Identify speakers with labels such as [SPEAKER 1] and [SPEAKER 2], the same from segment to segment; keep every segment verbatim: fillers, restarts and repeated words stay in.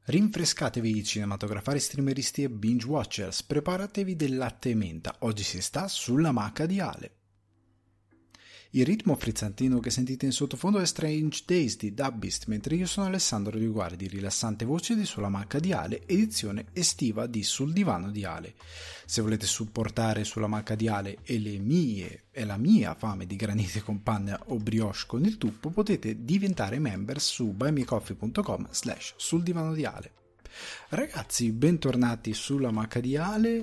[SPEAKER 1] Rinfrescatevi i cinematografari, streameristi e binge watchers, preparatevi del latte e menta, oggi si sta sulla Maca di Ale. Il ritmo frizzantino che sentite in sottofondo è Strange Days di Dubbeast, mentre io sono Alessandro Riguardi, rilassante voce di Sulla Maca di Ale, edizione estiva di Sul Divano di Ale. Se volete supportare Sulla Maca di Ale e le mie e la mia fame di granite con panna o brioche con il tuppo, potete diventare members su buymeacoffee.com slash sul divano di Ale. Ragazzi, bentornati sulla Maca di Ale.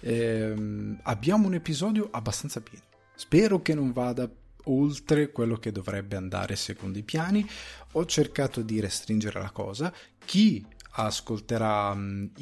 [SPEAKER 1] Ehm, abbiamo un episodio abbastanza pieno. Spero che non vada oltre quello che dovrebbe andare secondo i piani. Ho cercato di restringere la cosa. Chi ascolterà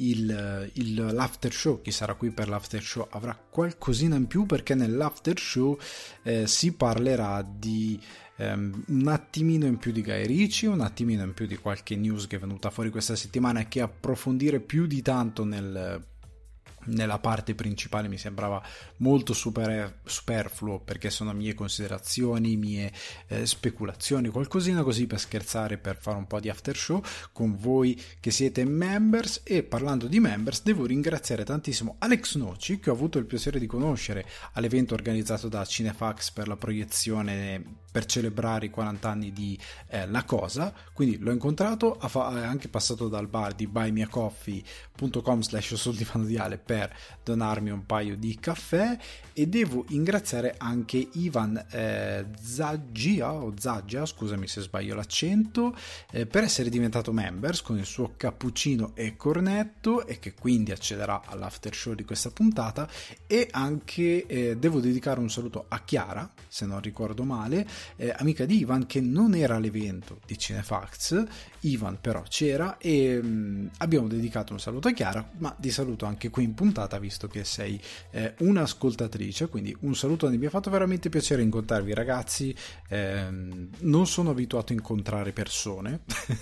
[SPEAKER 1] il, il, l'after show, chi sarà qui per l'after show, avrà qualcosina in più, perché nell'after show eh, si parlerà di um, un attimino in più di Guy Ritchie, un attimino in più di qualche news che è venuta fuori questa settimana e che approfondire più di tanto nel nella parte principale mi sembrava molto super, superfluo, perché sono mie considerazioni, mie eh, speculazioni, qualcosina così per scherzare, per fare un po' di after show con voi che siete members. E parlando di members, devo ringraziare tantissimo Alex Noci, che ho avuto il piacere di conoscere all'evento organizzato da Cinefax per la proiezione per celebrare i quaranta anni di eh, La Cosa. Quindi l'ho incontrato, ha fa- è anche passato dal bar di buymeacoffee.com slash sul divano di Ale per donarmi un paio di caffè. E devo ringraziare anche Ivan eh, Zaggia o Zaggia, scusami se sbaglio l'accento, eh, per essere diventato members con il suo cappuccino e cornetto, e che quindi accederà all'after show di questa puntata. E anche eh, devo dedicare un saluto a Chiara, se non ricordo male, eh, amica di Ivan, che non era all'evento di Cinefax. Ivan però c'era e mh, abbiamo dedicato un saluto a Chiara, ma di saluto anche qui in puntata, visto che sei eh, un'ascoltatrice, quindi un saluto. Mi ha fatto veramente piacere incontrarvi, ragazzi. Eh, non sono abituato a incontrare persone,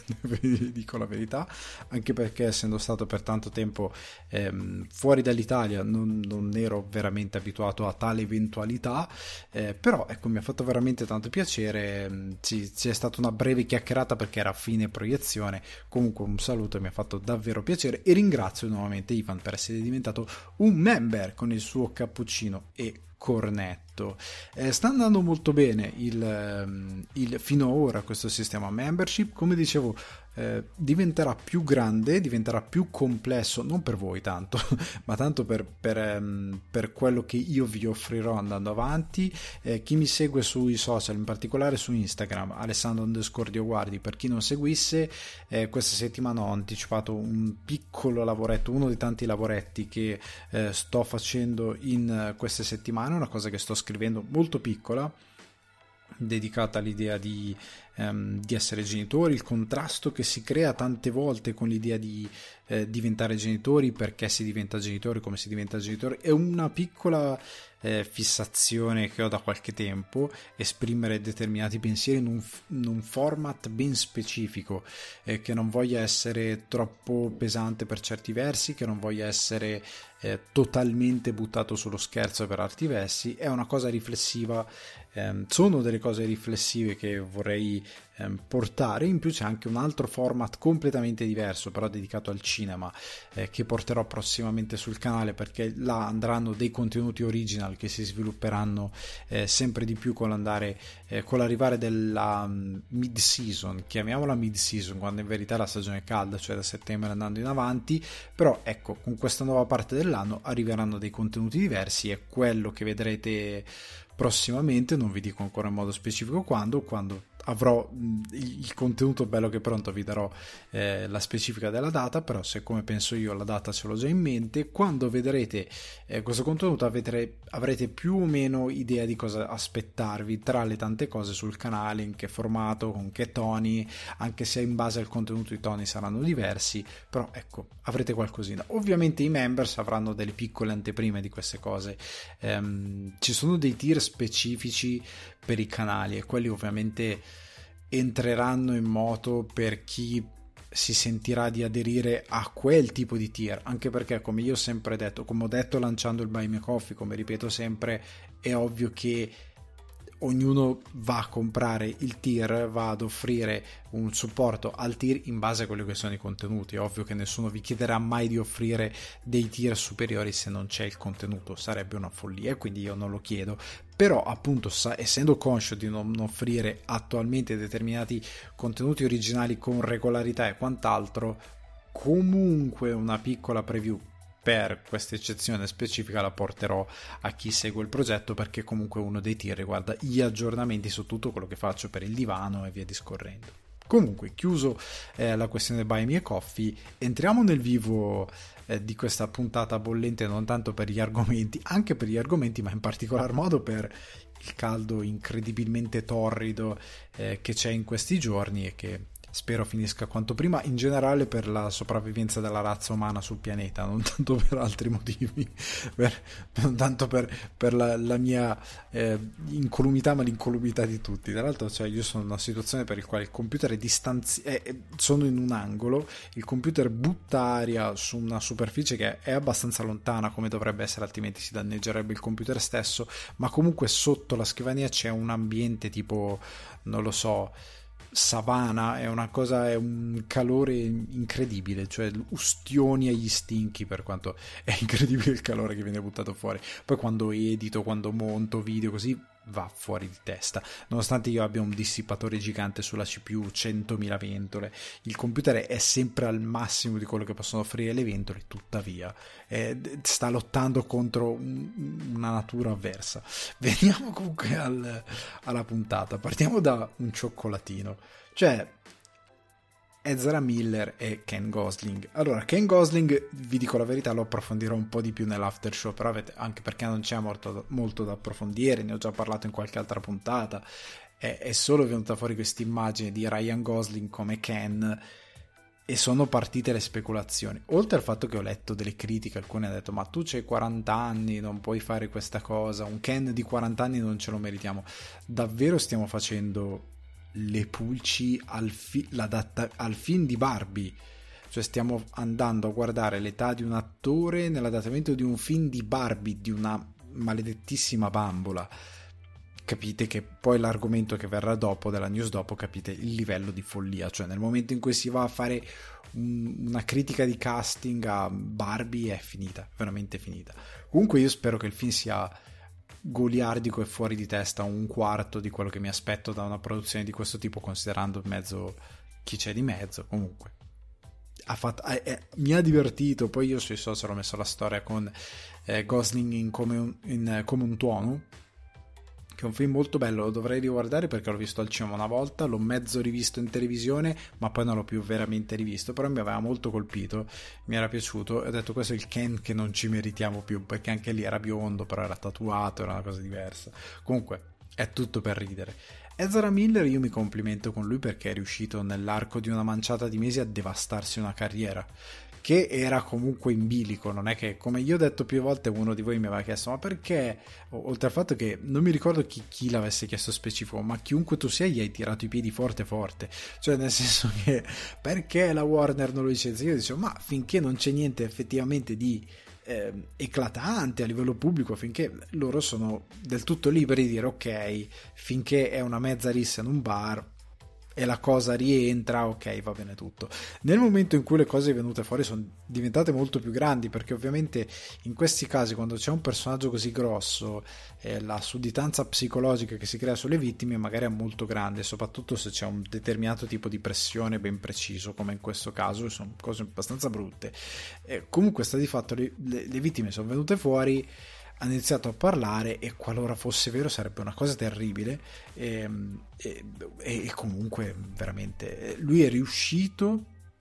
[SPEAKER 1] vi dico la verità, anche perché essendo stato per tanto tempo ehm, fuori dall'Italia non, non ero veramente abituato a tale eventualità, eh, però ecco, mi ha fatto veramente tanto piacere. Ci, c'è stata una breve chiacchierata perché era a fine proiezione. Comunque un saluto, mi ha fatto davvero piacere e ringrazio nuovamente Ivan per essere diventato un member con il suo cappuccino e cornetto. Eh, sta andando molto bene il, il fino ad ora questo sistema membership. Come dicevo, eh, diventerà più grande, diventerà più complesso, non per voi tanto, ma tanto per, per, ehm, per quello che io vi offrirò andando avanti. Eh, chi mi segue sui social, in particolare su Instagram, Alessandro underscore Dioguardi, per chi non seguisse, eh, questa settimana ho anticipato un piccolo lavoretto, uno dei tanti lavoretti che eh, sto facendo in uh, queste settimane, una cosa che sto scrivendo molto piccola, dedicata all'idea di, um, di essere genitori, il contrasto che si crea tante volte con l'idea di eh, diventare genitori, perché si diventa genitori, come si diventa genitori. È una piccola eh, fissazione che ho da qualche tempo, esprimere determinati pensieri in un, in un format ben specifico, eh, che non voglia essere troppo pesante per certi versi, che non voglia essere eh, totalmente buttato sullo scherzo per altri versi. È una cosa riflessiva. Sono delle cose riflessive che vorrei ehm, portare. In più c'è anche un altro format completamente diverso, però dedicato al cinema, eh, che porterò prossimamente sul canale, perché là andranno dei contenuti original che si svilupperanno eh, sempre di più con l'andare eh, con l'arrivare della um, mid season, chiamiamola mid season, quando in verità la stagione è calda, cioè da settembre andando in avanti. Però ecco, con questa nuova parte dell'anno arriveranno dei contenuti diversi, e quello che vedrete prossimamente, non vi dico ancora in modo specifico quando, quando avrò il contenuto bello che pronto vi darò eh, la specifica della data, però se come penso io la data ce l'ho già in mente. Quando vedrete eh, questo contenuto avrete, avrete più o meno idea di cosa aspettarvi tra le tante cose sul canale, in che formato, con che toni, anche se in base al contenuto i toni saranno diversi, però ecco, avrete qualcosina. Ovviamente i members avranno delle piccole anteprime di queste cose. Ehm, ci sono dei tier specifici per i canali, e quelli ovviamente entreranno in moto per chi si sentirà di aderire a quel tipo di tier, anche perché, come io ho sempre detto, come ho detto lanciando il Buy Me Coffee, come ripeto sempre, è ovvio che ognuno va a comprare il tier, va ad offrire un supporto al tier in base a quelli che sono i contenuti. È ovvio che nessuno vi chiederà mai di offrire dei tier superiori se non c'è il contenuto, sarebbe una follia, e quindi io non lo chiedo. Però appunto, essendo conscio di non offrire attualmente determinati contenuti originali con regolarità e quant'altro, comunque una piccola preview per questa eccezione specifica la porterò a chi segue il progetto, perché comunque uno dei tier riguarda gli aggiornamenti su tutto quello che faccio per il divano e via discorrendo. Comunque, chiuso eh, la questione Buy Me a Coffee, entriamo nel vivo eh, di questa puntata bollente, non tanto per gli argomenti, anche per gli argomenti, ma in particolar modo per il caldo incredibilmente torrido eh, che c'è in questi giorni e che spero finisca quanto prima, in generale per la sopravvivenza della razza umana sul pianeta, non tanto per altri motivi, per, non tanto per, per la, la mia eh, incolumità, ma l'incolumità di tutti. Tra l'altro, cioè, io sono in una situazione per la quale il computer è distanziato, sono in un angolo, il computer butta aria su una superficie che è abbastanza lontana come dovrebbe essere, altrimenti si danneggerebbe il computer stesso, ma comunque sotto la scrivania c'è un ambiente tipo, non lo so, savana, è una cosa, è un calore incredibile, cioè ustioni agli stinchi, per quanto è incredibile il calore che viene buttato fuori. Poi quando edito, quando monto video così, va fuori di testa, nonostante io abbia un dissipatore gigante sulla C P U, centomila ventole, il computer è sempre al massimo di quello che possono offrire le ventole, tuttavia eh, sta lottando contro un, una natura avversa. Veniamo comunque al, alla puntata, partiamo da un cioccolatino, cioè Ezra Miller e Ken Gosling. Allora, Ken Gosling, vi dico la verità, lo approfondirò un po' di più nell'after show, però avete, anche perché non c'è molto, molto da approfondire, ne ho già parlato in qualche altra puntata, è, è solo venuta fuori questa immagine di Ryan Gosling come Ken e sono partite le speculazioni. Oltre al fatto che ho letto delle critiche, alcuni hanno detto ma tu c'hai quaranta anni, non puoi fare questa cosa, un Ken di quaranta anni non ce lo meritiamo. Davvero stiamo facendo le pulci al, fi- al film di Barbie, cioè stiamo andando a guardare l'età di un attore nell'adattamento di un film di Barbie, di una maledettissima bambola. Capite che poi l'argomento che verrà dopo, della news dopo, capite il livello di follia, cioè nel momento in cui si va a fare un, una critica di casting a Barbie è finita, veramente finita. Comunque io spero che il film sia goliardico e fuori di testa, un quarto di quello che mi aspetto da una produzione di questo tipo, considerando in mezzo chi c'è di mezzo. Comunque ha fatto, eh, eh, mi ha divertito. Poi io sui social ho messo la storia con eh, Gosling in come un, in, come un tuono, che è un film molto bello, lo dovrei riguardare perché l'ho visto al cinema una volta, l'ho mezzo rivisto in televisione, ma poi non l'ho più veramente rivisto, però mi aveva molto colpito, mi era piaciuto e ho detto questo è il Ken che non ci meritiamo più, perché anche lì era biondo, però era tatuato, era una cosa diversa. Comunque è tutto per ridere. Ezra Miller, io mi complimento con lui perché è riuscito nell'arco di una manciata di mesi a devastarsi una carriera che era comunque in bilico. Non è che, come io ho detto più volte, uno di voi mi aveva chiesto ma perché, oltre al fatto che non mi ricordo chi, chi l'avesse chiesto specifico, ma chiunque tu sia gli hai tirato i piedi forte forte, cioè nel senso che perché la Warner non lo licenzia? Io dicevo ma finché non c'è niente effettivamente di eh, eclatante a livello pubblico, finché loro sono del tutto liberi di dire ok, finché è una mezza rissa in un bar e la cosa rientra, ok, va bene tutto. Nel momento in cui le cose venute fuori sono diventate molto più grandi, perché ovviamente in questi casi quando c'è un personaggio così grosso eh, la sudditanza psicologica che si crea sulle vittime magari è molto grande, soprattutto se c'è un determinato tipo di pressione ben preciso, come in questo caso, sono cose abbastanza brutte. Eh, comunque sta di fatto le, le, le vittime sono venute fuori, hanno iniziato a parlare e qualora fosse vero sarebbe una cosa terribile e, e, e comunque veramente lui è riuscito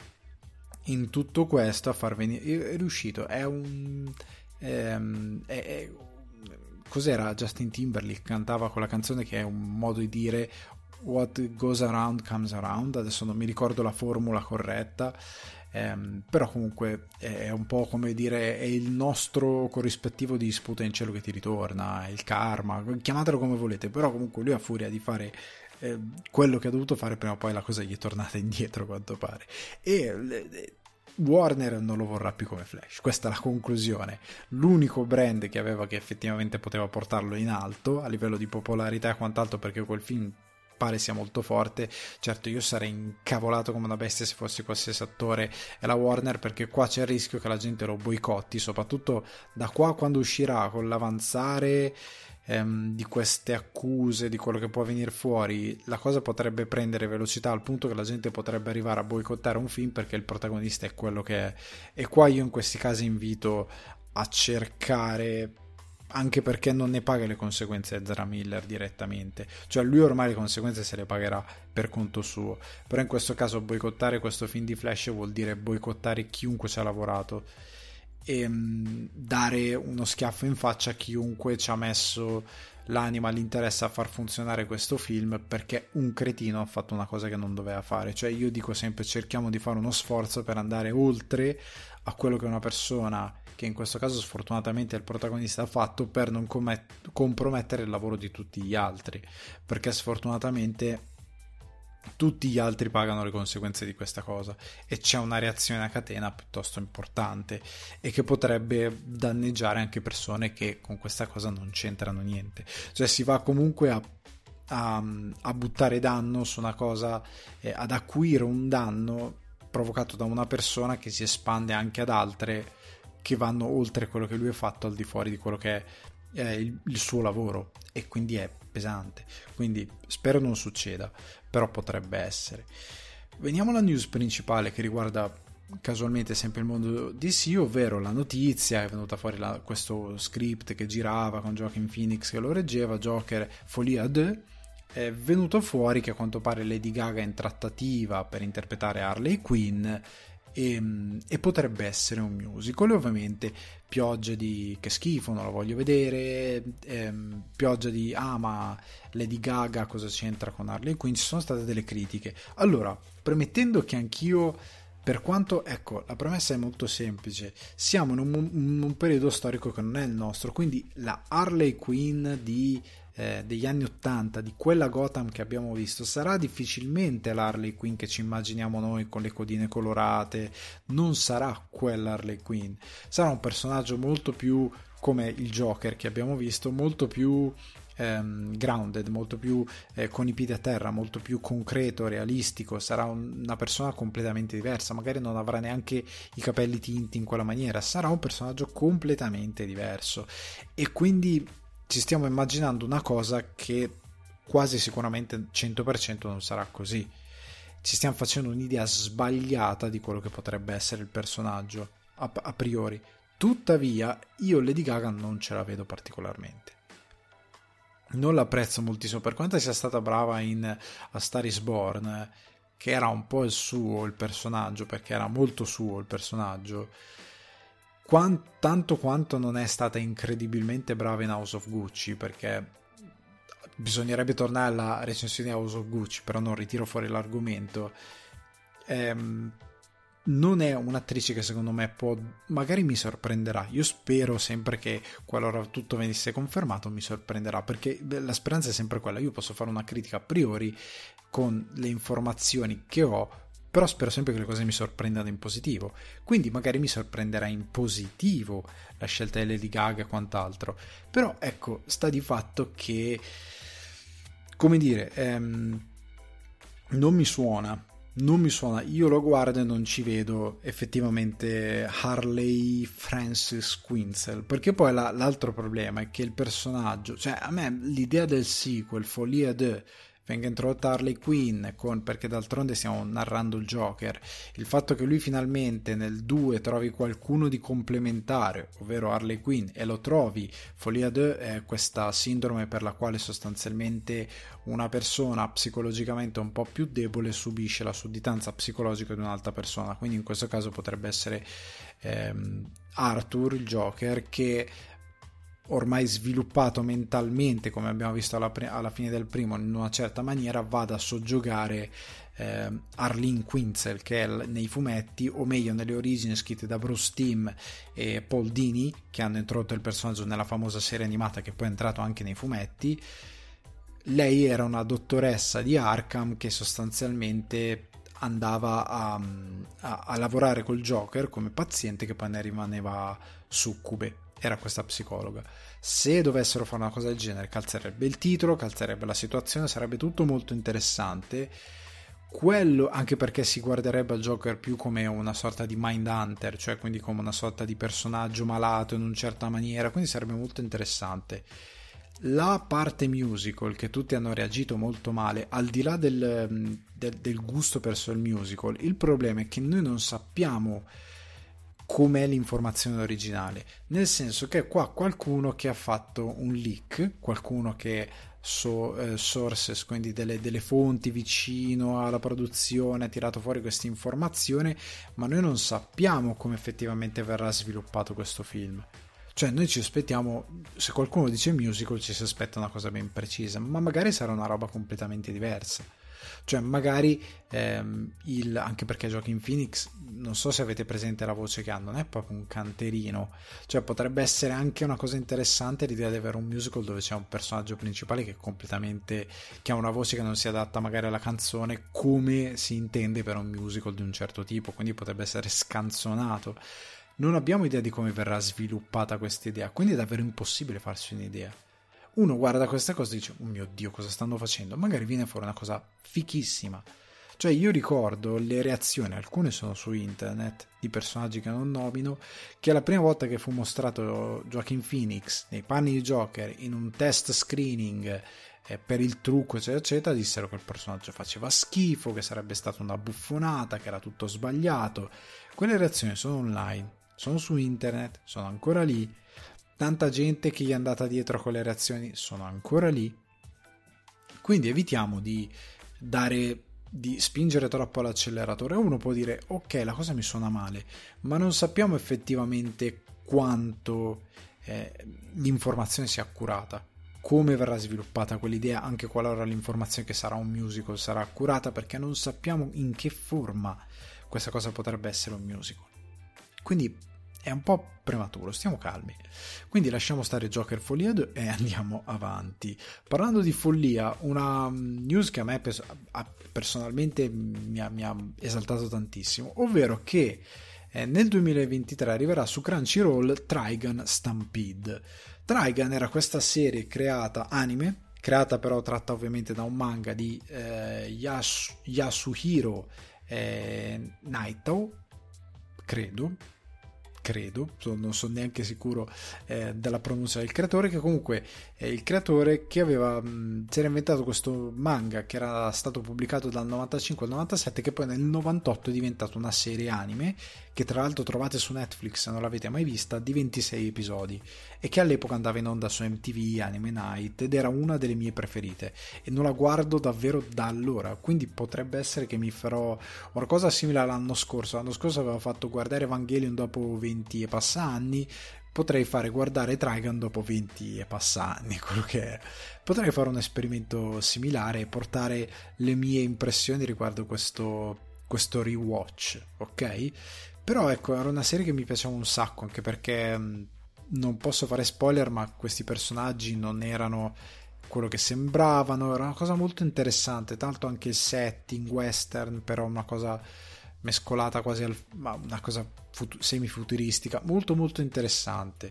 [SPEAKER 1] in tutto questo a far venire, è riuscito, è un ehm, è, è, cos'era Justin Timberlake cantava quella canzone che è un modo di dire what goes around comes around, adesso non mi ricordo la formula corretta. Um, però comunque è un po' come dire è il nostro corrispettivo di Sputa in cielo che ti ritorna, il karma, chiamatelo come volete, però comunque lui a furia di fare eh, quello che ha dovuto fare prima o poi la cosa gli è tornata indietro a quanto pare e eh, Warner non lo vorrà più come Flash, questa è la conclusione. L'unico brand che aveva che effettivamente poteva portarlo in alto a livello di popolarità e quant'altro, perché quel film pare sia molto forte. Certo, io sarei incavolato come una bestia se fossi qualsiasi attore e la Warner, perché qua c'è il rischio che la gente lo boicotti, soprattutto da qua a quando uscirà, con l'avanzare ehm, di queste accuse, di quello che può venire fuori. La cosa potrebbe prendere velocità al punto che la gente potrebbe arrivare a boicottare un film perché il protagonista è quello che è. E qua io in questi casi invito a cercare, anche perché non ne paga le conseguenze Ezra Miller direttamente, cioè lui ormai le conseguenze se le pagherà per conto suo, però in questo caso boicottare questo film di Flash vuol dire boicottare chiunque ci ha lavorato e mh, dare uno schiaffo in faccia a chiunque ci ha messo l'anima, l'interesse a far funzionare questo film, perché un cretino ha fatto una cosa che non doveva fare. Cioè io dico sempre, cerchiamo di fare uno sforzo per andare oltre a quello che una persona, che in questo caso sfortunatamente è il protagonista, ha fatto, per non commet- compromettere il lavoro di tutti gli altri, perché sfortunatamente tutti gli altri pagano le conseguenze di questa cosa e c'è una reazione a catena piuttosto importante e che potrebbe danneggiare anche persone che con questa cosa non c'entrano niente. Cioè si va comunque a a, a buttare danno su una cosa, eh, ad acuire un danno provocato da una persona che si espande anche ad altre che vanno oltre quello che lui ha fatto, al di fuori di quello che è eh, il, il suo lavoro, e quindi è pesante. Quindi spero non succeda, però potrebbe essere. Veniamo alla news principale, che riguarda casualmente sempre il mondo D C, ovvero la notizia è venuta fuori la, questo script che girava con Joaquin Phoenix che lo reggeva, Joker Folie à deux. È venuto fuori che a quanto pare Lady Gaga è in trattativa per interpretare Harley Quinn e, e potrebbe essere un musical. E ovviamente pioggia di che schifo, non lo voglio vedere, ehm, pioggia di ah ma Lady Gaga cosa c'entra con Harley Quinn. Ci sono state delle critiche. Allora, premettendo che anch'io, per quanto, ecco, la premessa è molto semplice, siamo in un, in un periodo storico che non è il nostro, quindi la Harley Quinn di Eh, degli anni ottanta, di quella Gotham che abbiamo visto, sarà difficilmente l'Harley Quinn che ci immaginiamo noi con le codine colorate. Non sarà quella Harley Quinn, sarà un personaggio molto più come il Joker che abbiamo visto, molto più ehm, grounded, molto più eh, con i piedi a terra, molto più concreto, realistico. Sarà un, una persona completamente diversa, magari non avrà neanche i capelli tinti in quella maniera, sarà un personaggio completamente diverso e quindi ci stiamo immaginando una cosa che quasi sicuramente cento per cento non sarà così. Ci stiamo facendo un'idea sbagliata di quello che potrebbe essere il personaggio a, a priori. Tuttavia io Lady Gaga non ce la vedo particolarmente, non l'apprezzo moltissimo, per quanto sia stata brava in A Star is Born, che era un po' il suo il personaggio, perché era molto suo il personaggio, Quant, tanto quanto non è stata incredibilmente brava in House of Gucci, perché bisognerebbe tornare alla recensione di House of Gucci, però non ritiro fuori l'argomento. Ehm, non è un'attrice che secondo me può, magari mi sorprenderà. Io spero sempre che qualora tutto venisse confermato mi sorprenderà, perché la speranza è sempre quella. Io posso fare una critica a priori con le informazioni che ho, però spero sempre che le cose mi sorprendano in positivo, quindi magari mi sorprenderà in positivo la scelta di Lady Gaga e quant'altro. Però ecco, sta di fatto che, come dire, ehm, non mi suona non mi suona, io lo guardo e non ci vedo effettivamente Harley Francis Quinzel, perché poi la, l'altro problema è che il personaggio, cioè a me l'idea del sequel Folie à deux venga introdotta Harley Quinn, con, perché d'altronde stiamo narrando il Joker, il fatto che lui finalmente nel due trovi qualcuno di complementare, ovvero Harley Quinn, e lo trovi. Folie à deux è questa sindrome per la quale sostanzialmente una persona psicologicamente un po' più debole subisce la sudditanza psicologica di un'altra persona, quindi in questo caso potrebbe essere ehm, Arthur, il Joker, che ormai sviluppato mentalmente, come abbiamo visto alla, pre- alla fine del primo, in una certa maniera vada a soggiogare eh, Arlene Quinzel, che è l- nei fumetti, o meglio nelle origini scritte da Bruce Timm e Paul Dini, che hanno introdotto il personaggio nella famosa serie animata che poi è entrato anche nei fumetti. Lei era una dottoressa di Arkham che sostanzialmente andava a, a, a lavorare col Joker come paziente, che poi ne rimaneva succube. Era questa psicologa. Se dovessero fare una cosa del genere, calzerebbe il titolo, calzerebbe la situazione, sarebbe tutto molto interessante. Quello anche perché si guarderebbe al Joker più come una sorta di Mindhunter, cioè quindi come una sorta di personaggio malato in una certa maniera, quindi sarebbe molto interessante. La parte musical, che tutti hanno reagito molto male, al di là del, del, del gusto verso il musical, il problema è che noi non sappiamo com'è l'informazione originale, nel senso che qua qualcuno che ha fatto un leak, qualcuno che so, eh, sources, quindi delle, delle fonti vicino alla produzione, ha tirato fuori questa informazione, ma noi non sappiamo come effettivamente verrà sviluppato questo film. Cioè noi ci aspettiamo, se qualcuno dice musical ci si aspetta una cosa ben precisa, ma magari sarà una roba completamente diversa. Cioè magari ehm, il, anche perché Joaquin Phoenix, non so se avete presente la voce che ha, non è proprio un canterino, cioè potrebbe essere anche una cosa interessante l'idea di avere un musical dove c'è un personaggio principale che è completamente, che ha una voce che non si adatta magari alla canzone come si intende per un musical di un certo tipo, quindi potrebbe essere scanzonato. Non abbiamo idea di come verrà sviluppata questa idea, quindi è davvero impossibile farsi un'idea. Uno guarda questa cosa e dice, oh mio Dio, cosa stanno facendo? Magari viene fuori una cosa fichissima. Cioè io ricordo le reazioni, alcune sono su internet, di personaggi che non nomino, che la prima volta che fu mostrato Joaquin Phoenix nei panni di Joker in un test screening eh, per il trucco eccetera eccetera, dissero che il personaggio faceva schifo, che sarebbe stata una buffonata, che era tutto sbagliato. Quelle reazioni sono online, sono su internet, sono ancora lì. Tanta gente che gli è andata dietro a quelle reazioni sono ancora lì. Quindi evitiamo di dare, di spingere troppo l'acceleratore. Uno può dire ok, la cosa mi suona male, ma non sappiamo effettivamente quanto eh, l'informazione sia accurata, come verrà sviluppata quell'idea, anche qualora l'informazione che sarà un musical sarà accurata, perché non sappiamo in che forma questa cosa potrebbe essere un musical. Quindi è un po' prematuro, stiamo calmi. Quindi lasciamo stare Joker Follia e andiamo avanti. Parlando di follia, una news che a me personalmente mi ha, mi ha esaltato tantissimo, ovvero che eh, nel duemilaventitré arriverà su Crunchyroll Trigun Stampede. Trigun era questa serie creata, anime, creata però tratta ovviamente da un manga di eh, Yas- Yasuhiro eh, Naito, credo, credo, non sono neanche sicuro eh, della pronuncia del creatore, che comunque è il creatore che aveva mh, si era inventato questo manga che era stato pubblicato dal novantacinque al novantasette, che poi nel novantotto è diventato una serie anime che tra l'altro trovate su Netflix se non l'avete mai vista, di ventisei episodi, e che all'epoca andava in onda su M T V Anime Night ed era una delle mie preferite e non la guardo davvero da allora, quindi potrebbe essere che mi farò una cosa simile all'anno scorso. L'anno scorso avevo fatto guardare Evangelion dopo venti e passa anni, potrei fare guardare Trigun dopo venti e passa anni, quello che è. Potrei fare un esperimento similare e portare le mie impressioni riguardo questo, questo rewatch, ok? Però ecco, era una serie che mi piaceva un sacco, anche perché mh, non posso fare spoiler, ma questi personaggi non erano quello che sembravano, era una cosa molto interessante, tanto anche il setting western, però una cosa mescolata quasi al, ma una cosa fut- semi-futuristica, molto molto interessante.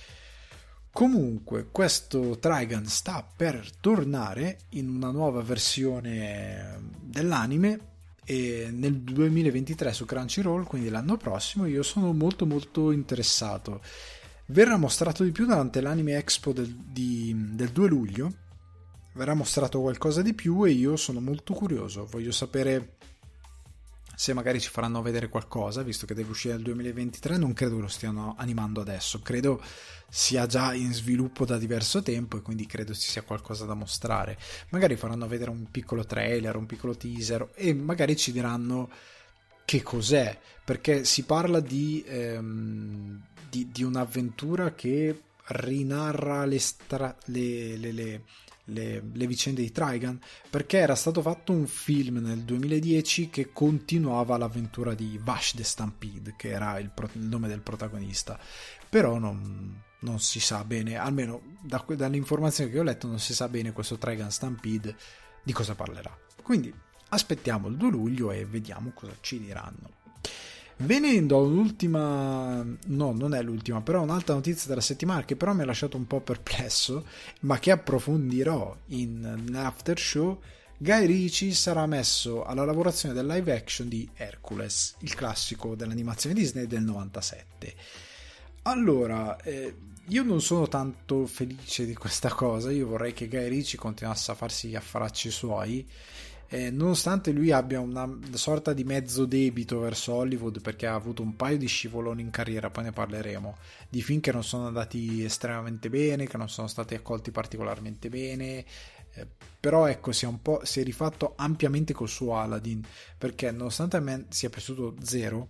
[SPEAKER 1] Comunque questo Trigun sta per tornare in una nuova versione dell'anime e nel duemilaventitré su Crunchyroll, quindi l'anno prossimo. Io sono molto molto interessato. Verrà mostrato di più durante l'Anime Expo del, di, del due luglio, verrà mostrato qualcosa di più e io sono molto curioso, voglio sapere se magari ci faranno vedere qualcosa, visto che deve uscire nel duemilaventitré. Non credo lo stiano animando adesso, credo sia già in sviluppo da diverso tempo e quindi credo ci sia qualcosa da mostrare. Magari faranno vedere un piccolo trailer, un piccolo teaser e magari ci diranno che cos'è, perché si parla di, ehm, di, di un'avventura che rinarra le, stra- le, le, le Le, le vicende di Trigun, perché era stato fatto un film nel duemiladieci che continuava l'avventura di Vash the Stampede, che era il, pro- il nome del protagonista, però non, non si sa bene, almeno da, dalle informazioni che ho letto non si sa bene questo Trigun Stampede di cosa parlerà, quindi aspettiamo il due luglio e vediamo cosa ci diranno. Venendo all'ultima, no, non è l'ultima, però un'altra notizia della settimana che però mi ha lasciato un po' perplesso, ma che approfondirò in after show. Guy Ritchie sarà messo alla lavorazione del live action di Hercules, il classico dell'animazione Disney del novantasette. Allora, eh, io non sono tanto felice di questa cosa, io vorrei che Guy Ritchie continuasse a farsi gli affaracci suoi, eh, nonostante lui abbia una sorta di mezzo debito verso Hollywood, perché ha avuto un paio di scivoloni in carriera, poi ne parleremo, di film che non sono andati estremamente bene, che non sono stati accolti particolarmente bene, eh, però ecco, si è un po' si è rifatto ampiamente col suo Aladdin, perché nonostante a me sia piaciuto zero,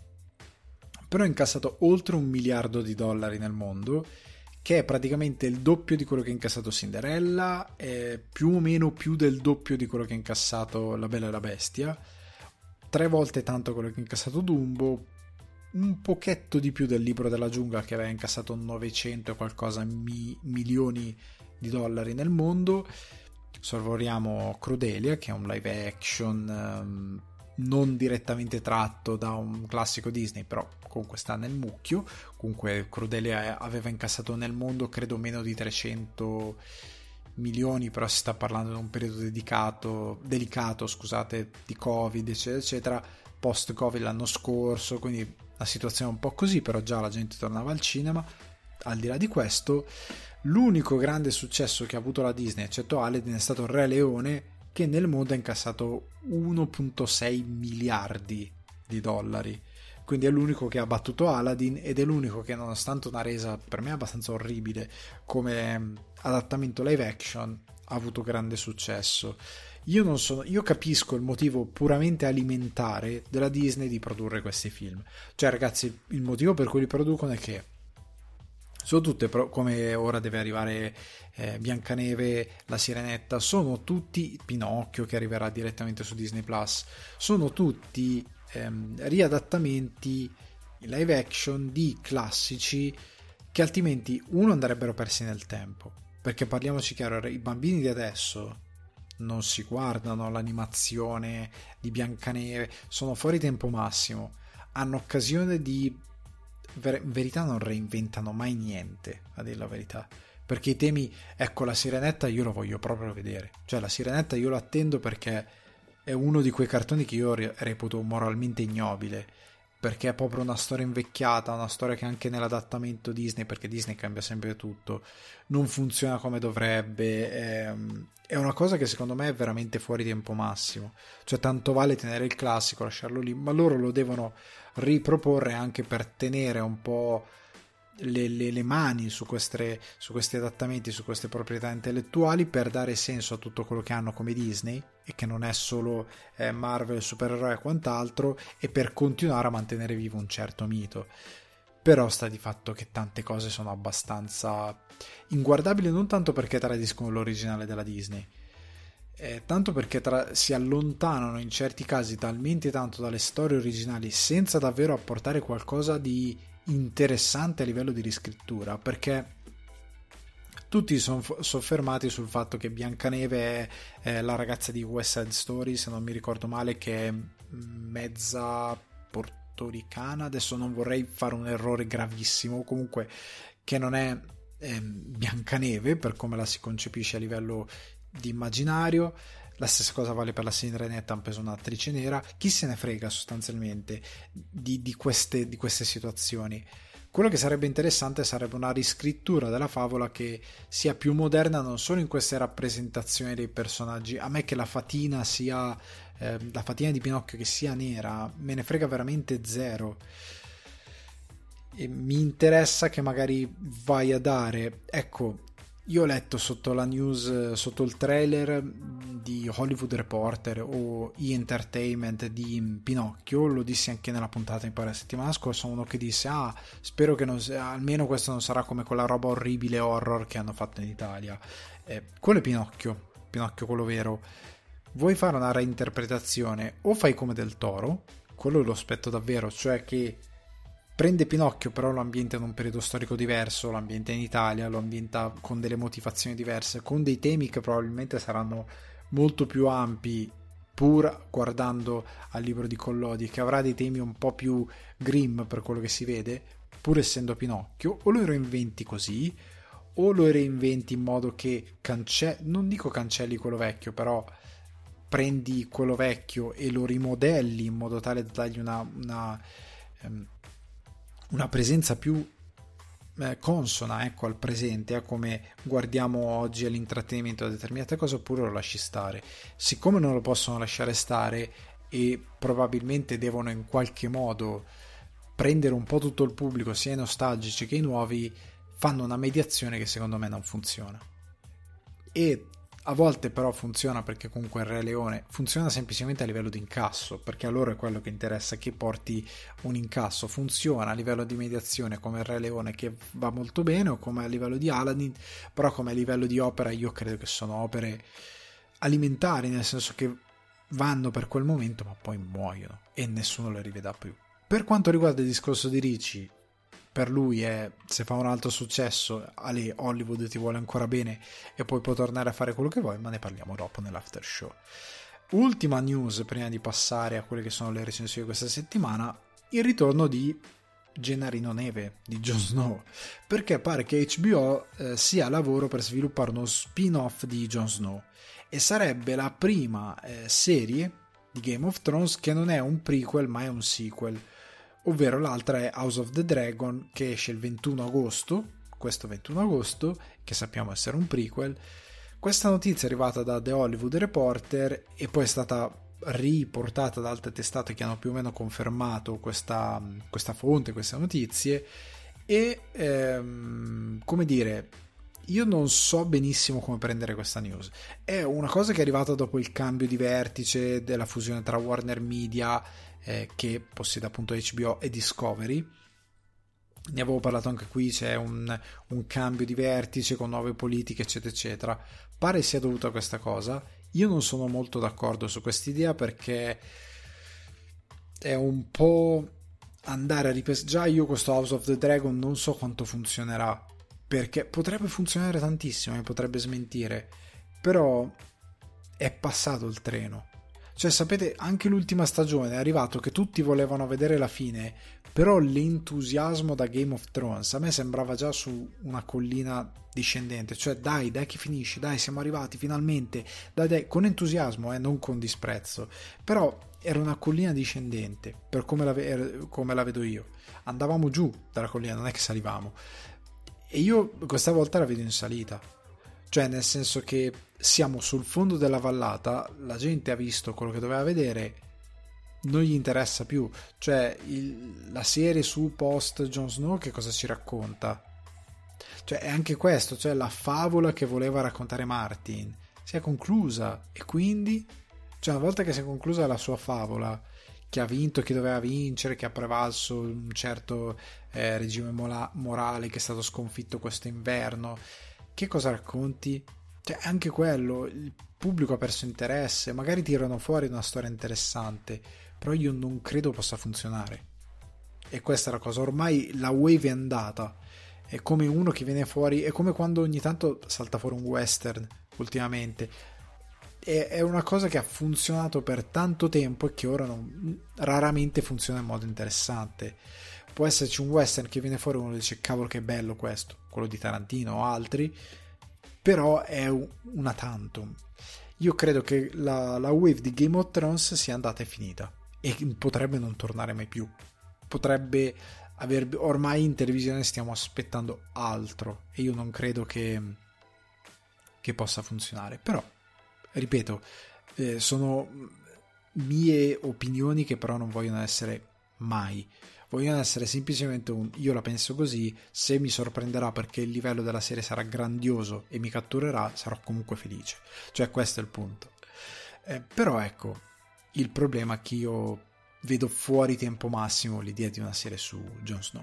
[SPEAKER 1] però ha incassato oltre un miliardo di dollari nel mondo, che è praticamente il doppio di quello che ha incassato Cinderella, è più o meno più del doppio di quello che ha incassato La Bella e la Bestia, tre volte tanto quello che ha incassato Dumbo, un pochetto di più del Libro della Giungla, che aveva incassato novecento e qualcosa mi- milioni di dollari nel mondo. Sorvoliamo Crudelia, che è un live action um, non direttamente tratto da un classico Disney, però comunque sta nel mucchio. Comunque Crudelia aveva incassato nel mondo credo meno di trecento milioni, però si sta parlando di un periodo dedicato, delicato, scusate, di Covid eccetera eccetera, post Covid l'anno scorso, quindi la situazione è un po' così, però già la gente tornava al cinema. Al di là di questo, l'unico grande successo che ha avuto la Disney, eccetto Aladdin, è stato il Re Leone, che nel mondo ha incassato uno virgola sei miliardi di dollari, quindi è l'unico che ha battuto Aladdin, ed è l'unico che, nonostante una resa per me abbastanza orribile come adattamento live action, ha avuto grande successo. Io non sono, io capisco il motivo puramente alimentare della Disney di produrre questi film, cioè ragazzi, il motivo per cui li producono è che sono tutte, come ora deve arrivare eh, Biancaneve, La Sirenetta, sono tutti, Pinocchio che arriverà direttamente su Disney Plus, sono tutti ehm, riadattamenti live action di classici che altrimenti uno andrebbero persi nel tempo, perché parliamoci chiaro, i bambini di adesso non si guardano l'animazione di Biancaneve, sono fuori tempo massimo, hanno occasione di, in verità non reinventano mai niente, a dire la verità, perché i temi, ecco, la Sirenetta io lo voglio proprio vedere, cioè la Sirenetta io lo attendo perché è uno di quei cartoni che io reputo moralmente ignobile, perché è proprio una storia invecchiata, una storia che anche nell'adattamento Disney, perché Disney cambia sempre tutto, non funziona come dovrebbe, è, è una cosa che secondo me è veramente fuori tempo massimo, cioè tanto vale tenere il classico, lasciarlo lì, ma loro lo devono riproporre anche per tenere un po' le, le, le mani su, queste, su questi adattamenti, su queste proprietà intellettuali, per dare senso a tutto quello che hanno come Disney, e che non è solo eh, Marvel, supereroi e quant'altro, e per continuare a mantenere vivo un certo mito. Però sta di fatto che tante cose sono abbastanza inguardabili, non tanto perché tradiscono l'originale della Disney, eh, tanto perché tra, si allontanano in certi casi talmente tanto dalle storie originali senza davvero apportare qualcosa di interessante a livello di riscrittura, perché tutti sono soffermati sul fatto che Biancaneve è, è la ragazza di West Side Story, se non mi ricordo male, che è mezza portoricana, adesso non vorrei fare un errore gravissimo, comunque che non è eh, Biancaneve per come la si concepisce a livello di immaginario. La stessa cosa vale per la Sirenetta, hanno preso un'attrice nera, chi se ne frega sostanzialmente di, di, queste, di queste situazioni. Quello che sarebbe interessante sarebbe una riscrittura della favola che sia più moderna, non solo in queste rappresentazioni dei personaggi. A me che la fatina sia eh, la fatina di Pinocchio che sia nera me ne frega veramente zero, e mi interessa che magari vai a dare, ecco, io ho letto sotto la news, sotto il trailer di Hollywood Reporter o E! Entertainment di Pinocchio, lo dissi anche nella puntata mi pare la settimana scorsa, uno che disse ah spero che non sia, almeno questo non sarà come quella roba orribile horror che hanno fatto in Italia. Eh, quello è Pinocchio, Pinocchio quello vero. Vuoi fare una reinterpretazione, o fai come Del Toro, quello lo aspetto davvero, cioè che prende Pinocchio però lo ambienta in un periodo storico diverso, lo ambienta in Italia, lo ambienta con delle motivazioni diverse, con dei temi che probabilmente saranno molto più ampi pur guardando al libro di Collodi, che avrà dei temi un po' più grim per quello che si vede, pur essendo Pinocchio, o lo reinventi così, o lo reinventi in modo che cancelli, non dico cancelli quello vecchio, però prendi quello vecchio e lo rimodelli in modo tale da dargli una, una, um, una presenza più eh, consona, ecco, al presente, a come guardiamo oggi all'intrattenimento da determinate cose, oppure lo lasci stare. Siccome non lo possono lasciare stare e probabilmente devono in qualche modo prendere un po' tutto il pubblico, sia i nostalgici che i nuovi, fanno una mediazione che secondo me non funziona. E a volte però funziona, perché comunque il Re Leone funziona semplicemente a livello di incasso, perché a loro è quello che interessa, che porti un incasso. Funziona a livello di mediazione come il Re Leone, che va molto bene, o come a livello di Aladdin, però come a livello di opera io credo che sono opere alimentari, nel senso che vanno per quel momento ma poi muoiono e nessuno le rivedrà più. Per quanto riguarda il discorso di Ricci, per lui è, se fa un altro successo, Ale, Hollywood ti vuole ancora bene e poi puoi tornare a fare quello che vuoi, ma ne parliamo dopo nell'after show. Ultima news prima di passare a quelle che sono le recensioni di questa settimana: il ritorno di Gennarino Neve, di Jon Snow, perché pare che H B O eh, sia a lavoro per sviluppare uno spin-off di Jon Snow, e sarebbe la prima eh, serie di Game of Thrones che non è un prequel ma è un sequel, ovvero l'altra è House of the Dragon, che esce il ventuno agosto, questo ventuno agosto, che sappiamo essere un prequel. Questa notizia è arrivata da The Hollywood Reporter e poi è stata riportata da altre testate che hanno più o meno confermato questa, questa fonte, queste notizie, e ehm, come dire, io non so benissimo come prendere questa news. È una cosa che è arrivata dopo il cambio di vertice della fusione tra Warner Media, eh, che possiede appunto H B O, e Discovery. Ne avevo parlato anche qui, c'è un, un cambio di vertice con nuove politiche eccetera eccetera. Pare sia dovuta a questa cosa. Io non sono molto d'accordo su quest'idea, perché è un po' andare a ripescare. Già io questo House of the Dragon non so quanto funzionerà, perché potrebbe funzionare tantissimo, mi potrebbe smentire, però è passato il treno. Cioè, sapete, anche l'ultima stagione è arrivato che tutti volevano vedere la fine, però l'entusiasmo da Game of Thrones a me sembrava già su una collina discendente. Cioè, dai, dai che finisce, dai, siamo arrivati finalmente, dai, dai, con entusiasmo, eh, non con disprezzo, però era una collina discendente, per come la, come la vedo io. Andavamo giù dalla collina, non è che salivamo, e io questa volta la vedo in salita. Cioè, nel senso che siamo sul fondo della vallata, la gente ha visto quello che doveva vedere, non gli interessa più. Cioè, il, la serie su post Jon Snow che cosa ci racconta? Cioè, è anche questo, cioè la favola che voleva raccontare Martin si è conclusa, e quindi, cioè, una volta che si è conclusa la sua favola, che ha vinto chi doveva vincere, che ha prevalso un certo eh, regime mola- morale, che è stato sconfitto questo inverno, che cosa racconti? Cioè, anche quello, il pubblico ha perso interesse, magari tirano fuori una storia interessante, però io non credo possa funzionare. E questa è la cosa, ormai la wave è andata. È come uno che viene fuori, è come quando ogni tanto salta fuori un western ultimamente. È, è una cosa che ha funzionato per tanto tempo e che ora non, raramente funziona in modo interessante. Può esserci un western che viene fuori e uno dice cavolo che bello questo, quello di Tarantino o altri, però è una tantum. Io credo che la, la wave di Game of Thrones sia andata e finita, e potrebbe non tornare mai più. Potrebbe aver, ormai in televisione stiamo aspettando altro, e io non credo che, che possa funzionare. Però, ripeto, eh, sono mie opinioni che però non vogliono essere mai, vogliono essere semplicemente un io la penso così. Se mi sorprenderà perché il livello della serie sarà grandioso e mi catturerà, sarò comunque felice. Cioè, questo è il punto. Eh, però ecco, il problema è che io vedo fuori tempo massimo l'idea di una serie su Jon Snow.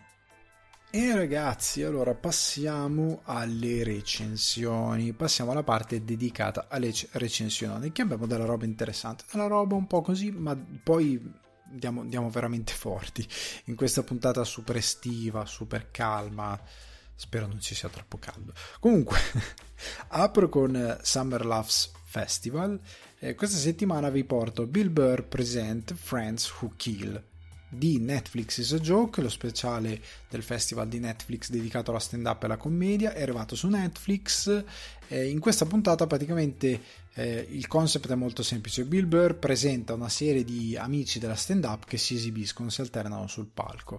[SPEAKER 1] E ragazzi, allora passiamo alle recensioni, passiamo alla parte dedicata alle recensioni, che abbiamo della roba interessante, della roba un po' così, ma poi Andiamo, andiamo veramente forti in questa puntata super estiva, super calma. Spero non ci sia troppo caldo. Comunque, apro con Summer Loves Festival. Eh, questa settimana vi porto Bill Burr Present Friends Who Kill di Netflix is a Joke, lo speciale del festival di Netflix dedicato alla stand-up e alla commedia. È arrivato su Netflix. Eh, in questa puntata praticamente eh, il concept è molto semplice. Bill Burr presenta una serie di amici della stand-up che si esibiscono, si alternano sul palco.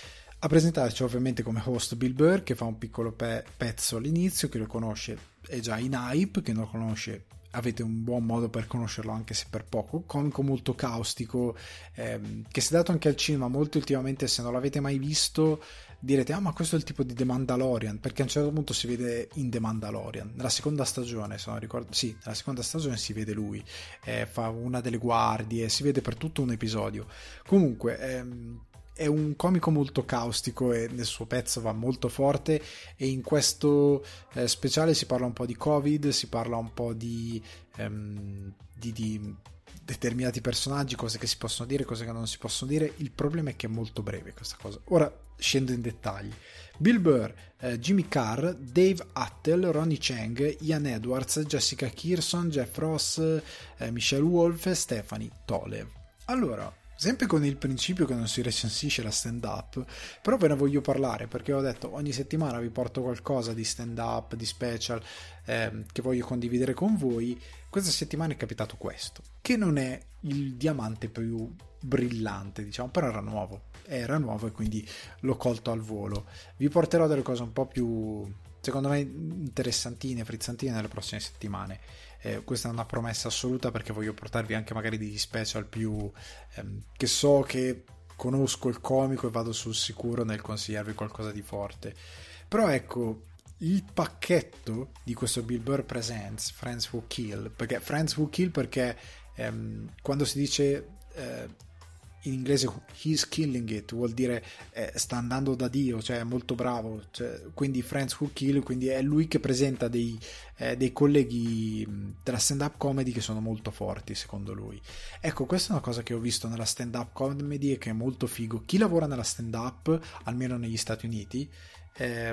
[SPEAKER 1] A presentarci ovviamente come host Bill Burr, che fa un piccolo pe- pezzo all'inizio. Chi lo conosce è già in hype, chi non lo conosce avete un buon modo per conoscerlo anche se per poco. Comico molto caustico, ehm, che si è dato anche al cinema molto ultimamente. Se non l'avete mai visto direte ah ma questo è il tipo di The Mandalorian, perché a un certo punto si vede in The Mandalorian nella seconda stagione, se non ricordo, sì, nella seconda stagione si vede lui, eh, fa una delle guardie, si vede per tutto un episodio. Comunque ehm, è un comico molto caustico e nel suo pezzo va molto forte, e in questo eh, speciale si parla un po' di Covid, si parla un po' di, ehm, di, di determinati personaggi, cose che si possono dire, cose che non si possono dire. Il problema è che è molto breve questa cosa. Ora scendo in dettagli. Bill Burr, eh, Jimmy Carr, Dave Attell, Ronnie Chang, Ian Edwards, Jessica Kirson, Jeff Ross, eh, Michelle Wolf e Stephanie Tolev. Allora, sempre con il principio che non si recensisce la stand-up, però ve ne voglio parlare perché ho detto ogni settimana vi porto qualcosa di stand-up, di special eh, che voglio condividere con voi. Questa settimana è capitato questo, che non è il diamante più brillante, diciamo, però era nuovo, era nuovo e quindi l'ho colto al volo. Vi porterò delle cose un po' più, secondo me, interessantine, frizzantine nelle prossime settimane. Eh, questa è una promessa assoluta, perché voglio portarvi anche magari degli special più ehm, che so che conosco il comico e vado sul sicuro nel consigliarvi qualcosa di forte. Però ecco, il pacchetto di questo Bill Burr Presents Friends Who Kill, perché Friends Who Kill perché ehm, quando si dice eh, in inglese he's killing it vuol dire eh, sta andando da Dio, cioè è molto bravo, cioè, quindi Friends Who Kill, quindi è lui che presenta dei, eh, dei colleghi della stand-up comedy che sono molto forti secondo lui. Ecco, questa è una cosa che ho visto nella stand-up comedy e che è molto figo. Chi lavora nella stand-up, almeno negli Stati Uniti, eh,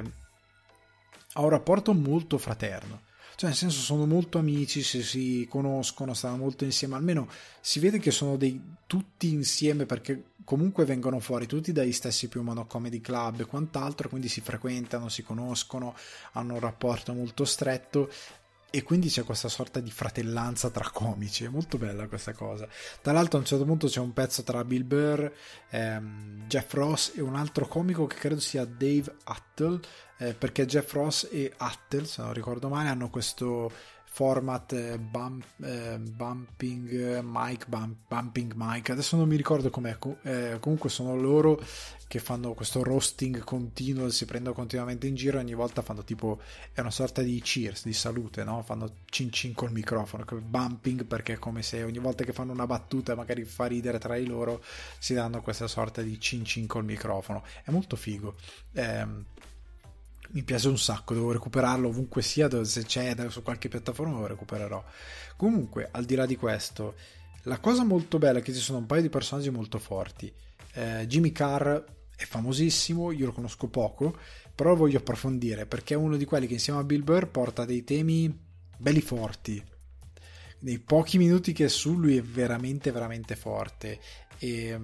[SPEAKER 1] ha un rapporto molto fraterno. Cioè, nel senso, sono molto amici, si, si conoscono, stanno molto insieme, almeno si vede che sono dei tutti insieme, perché comunque vengono fuori tutti dagli stessi più o meno comedy club e quant'altro, quindi si frequentano, si conoscono, hanno un rapporto molto stretto e quindi c'è questa sorta di fratellanza tra comici. È molto bella questa cosa. Tra l'altro a un certo punto c'è un pezzo tra Bill Burr, ehm, Jeff Ross e un altro comico che credo sia Dave Attell, eh, perché Jeff Ross e Attell, se non ricordo male, hanno questo format eh, bump, eh, bumping mic, bump, bumping mic, adesso non mi ricordo com'è, eh, comunque sono loro che fanno questo roasting continuo, si prendono continuamente in giro, ogni volta fanno tipo, è una sorta di cheers, di salute, no? Fanno cin cin col microfono, bumping, perché è come se ogni volta che fanno una battuta magari fa ridere tra di loro, si danno questa sorta di cin cin col microfono. È molto figo, eh, mi piace un sacco, devo recuperarlo ovunque sia, se c'è su qualche piattaforma lo recupererò. Comunque, al di là di questo, la cosa molto bella è che ci sono un paio di personaggi molto forti. eh, Jimmy Carr è famosissimo, io lo conosco poco, però lo voglio approfondire perché è uno di quelli che insieme a Bill Burr porta dei temi belli forti. Nei pochi minuti che è su, lui è veramente veramente forte, e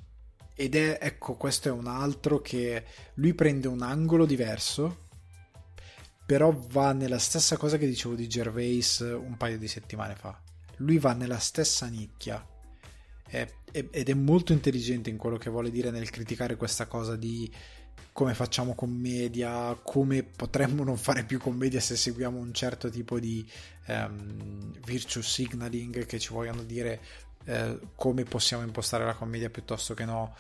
[SPEAKER 1] ed è, ecco, questo è un altro che lui prende un angolo diverso, però va nella stessa cosa che dicevo di Gervais un paio di settimane fa. Lui va nella stessa nicchia, è, è, ed è molto intelligente in quello che vuole dire nel criticare questa cosa di come facciamo commedia, come potremmo non fare più commedia se seguiamo un certo tipo di um, virtue signaling, che ci vogliono dire eh, come possiamo impostare la commedia piuttosto che no.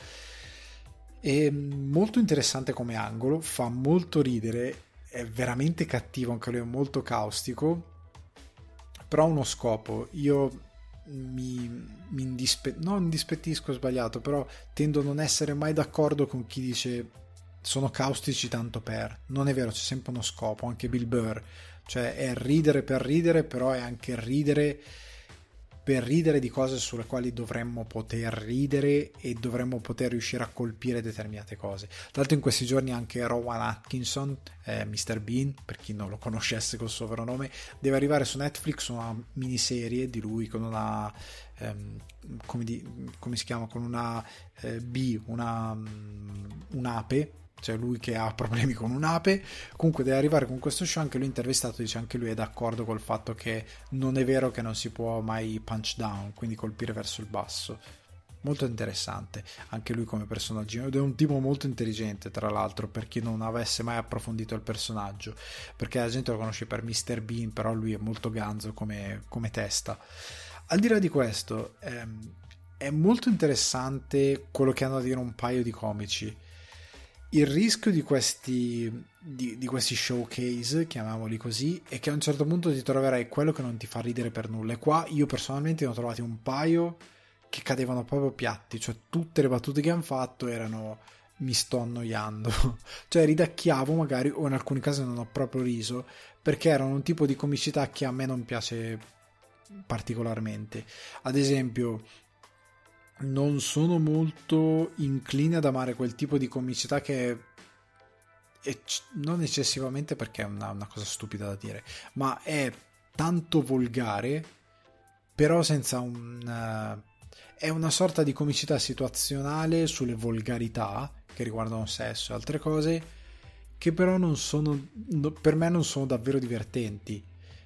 [SPEAKER 1] È molto interessante come angolo, fa molto ridere, è veramente cattivo, anche lui è molto caustico, però ha uno scopo. Io mi, mi indispe- non indispettisco, è sbagliato, però tendo a non essere mai d'accordo con chi dice sono caustici tanto per. Non è vero, c'è sempre uno scopo. Anche Bill Burr, cioè è ridere per ridere, però è anche ridere per ridere di cose sulle quali dovremmo poter ridere e dovremmo poter riuscire a colpire determinate cose. Tra l'altro in questi giorni anche Rowan Atkinson, eh, mister Bean, per chi non lo conoscesse col suo vero nome, deve arrivare su Netflix una miniserie di lui con una ehm, come, di, come si chiama, con una eh, B, una um, un'ape, cioè lui che ha problemi con un'ape. Comunque deve arrivare con questo show, anche lui intervistato dice anche lui è d'accordo col fatto che non è vero che non si può mai punch down, quindi colpire verso il basso. Molto interessante anche lui come personaggio, ed è un tipo molto intelligente, tra l'altro, per chi non avesse mai approfondito il personaggio, perché la gente lo conosce per mister Bean, però lui è molto ganzo come, come testa. Al di là di questo ehm, è molto interessante quello che hanno a dire un paio di comici. Il rischio di questi, di, di questi showcase, chiamiamoli così, è che a un certo punto ti troverai quello che non ti fa ridere per nulla. E qua io personalmente ne ho trovati un paio che cadevano proprio piatti, cioè tutte le battute che hanno fatto erano mi sto annoiando, cioè ridacchiavo magari, o in alcuni casi non ho proprio riso, perché erano un tipo di comicità che a me non piace particolarmente. Ad esempio, non sono molto incline ad amare quel tipo di comicità che è, non eccessivamente, perché è una, una cosa stupida da dire, ma è tanto volgare, però senza un è una sorta di comicità situazionale sulle volgarità che riguardano sesso e altre cose, che però non sono, per me non sono davvero divertenti,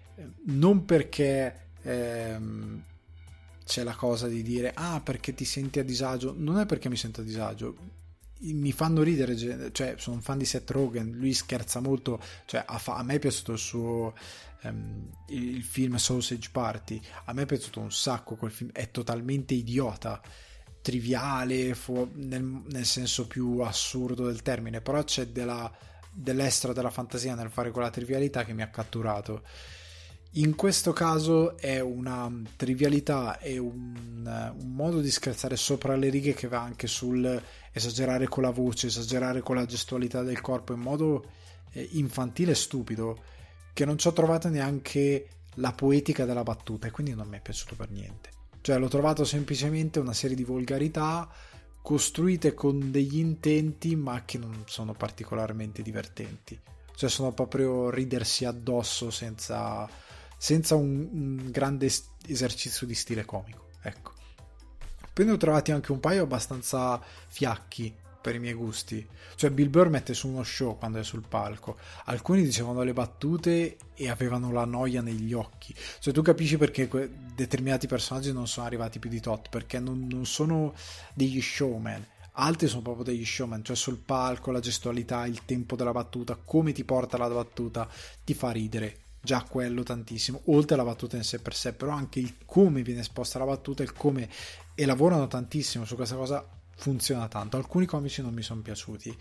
[SPEAKER 1] non perché ehm, c'è la cosa di dire ah perché ti senti a disagio, non è perché mi sento a disagio, mi fanno ridere, cioè sono un fan di Seth Rogen, lui scherza molto, cioè a, fa, a me è piaciuto il suo um, il film Sausage Party, a me è piaciuto un sacco quel film, è totalmente idiota, triviale fu, nel, nel senso più assurdo del termine, però c'è della, dell'estro della fantasia nel fare quella trivialità che mi ha catturato. In questo caso è una trivialità e un, un modo di scherzare sopra le righe che va anche sul esagerare con la voce, esagerare con la gestualità del corpo in modo eh, infantile e stupido, che non ci ho trovato neanche la poetica della battuta, e quindi non mi è piaciuto per niente. Cioè l'ho trovato semplicemente una serie di volgarità costruite con degli intenti ma che non sono particolarmente divertenti, cioè sono proprio ridersi addosso senza senza un, un grande esercizio di stile comico, ecco. Poi ne ho trovati anche un paio abbastanza fiacchi per i miei gusti, cioè Bill Burr mette su uno show quando è sul palco, alcuni dicevano le battute e avevano la noia negli occhi, cioè tu capisci perché que- determinati personaggi non sono arrivati più di tot, perché non, non sono degli showman, altri sono proprio degli showman, cioè sul palco la gestualità, il tempo della battuta, come ti porta la battuta ti fa ridere, già quello tantissimo, oltre alla battuta in sé per sé, però anche il come viene esposta la battuta, il come, e lavorano tantissimo su questa cosa, funziona tanto. Alcuni comici non mi sono piaciuti,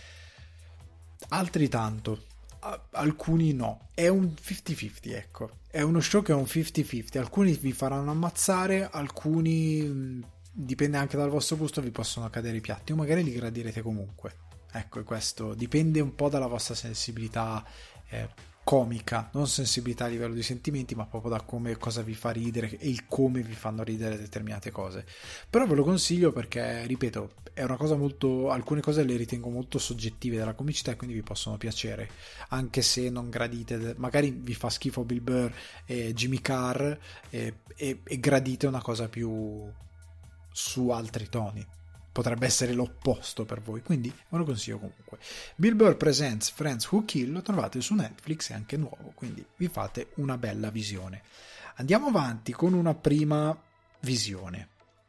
[SPEAKER 1] altri tanto, alcuni no, è un cinquanta cinquanta, ecco, è uno show che è un cinquanta cinquanta, alcuni vi faranno ammazzare, alcuni dipende anche dal vostro gusto, vi possono cadere i piatti o magari li gradirete comunque, ecco, e questo dipende un po' dalla vostra sensibilità eh, comica, non sensibilità a livello di sentimenti, ma proprio da come, cosa vi fa ridere e il come vi fanno ridere determinate cose. Però ve lo consiglio perché, ripeto, è una cosa molto, alcune cose le ritengo molto soggettive della comicità e quindi vi possono piacere, anche se non gradite, magari vi fa schifo Bill Burr e Jimmy Carr e, e, e gradite una cosa più su altri toni, potrebbe essere l'opposto per voi, quindi ve lo consiglio comunque. Bill Burr Presents Friends Who Kill lo trovate su Netflix, è anche nuovo, quindi vi fate una bella visione. Andiamo avanti con una prima visione.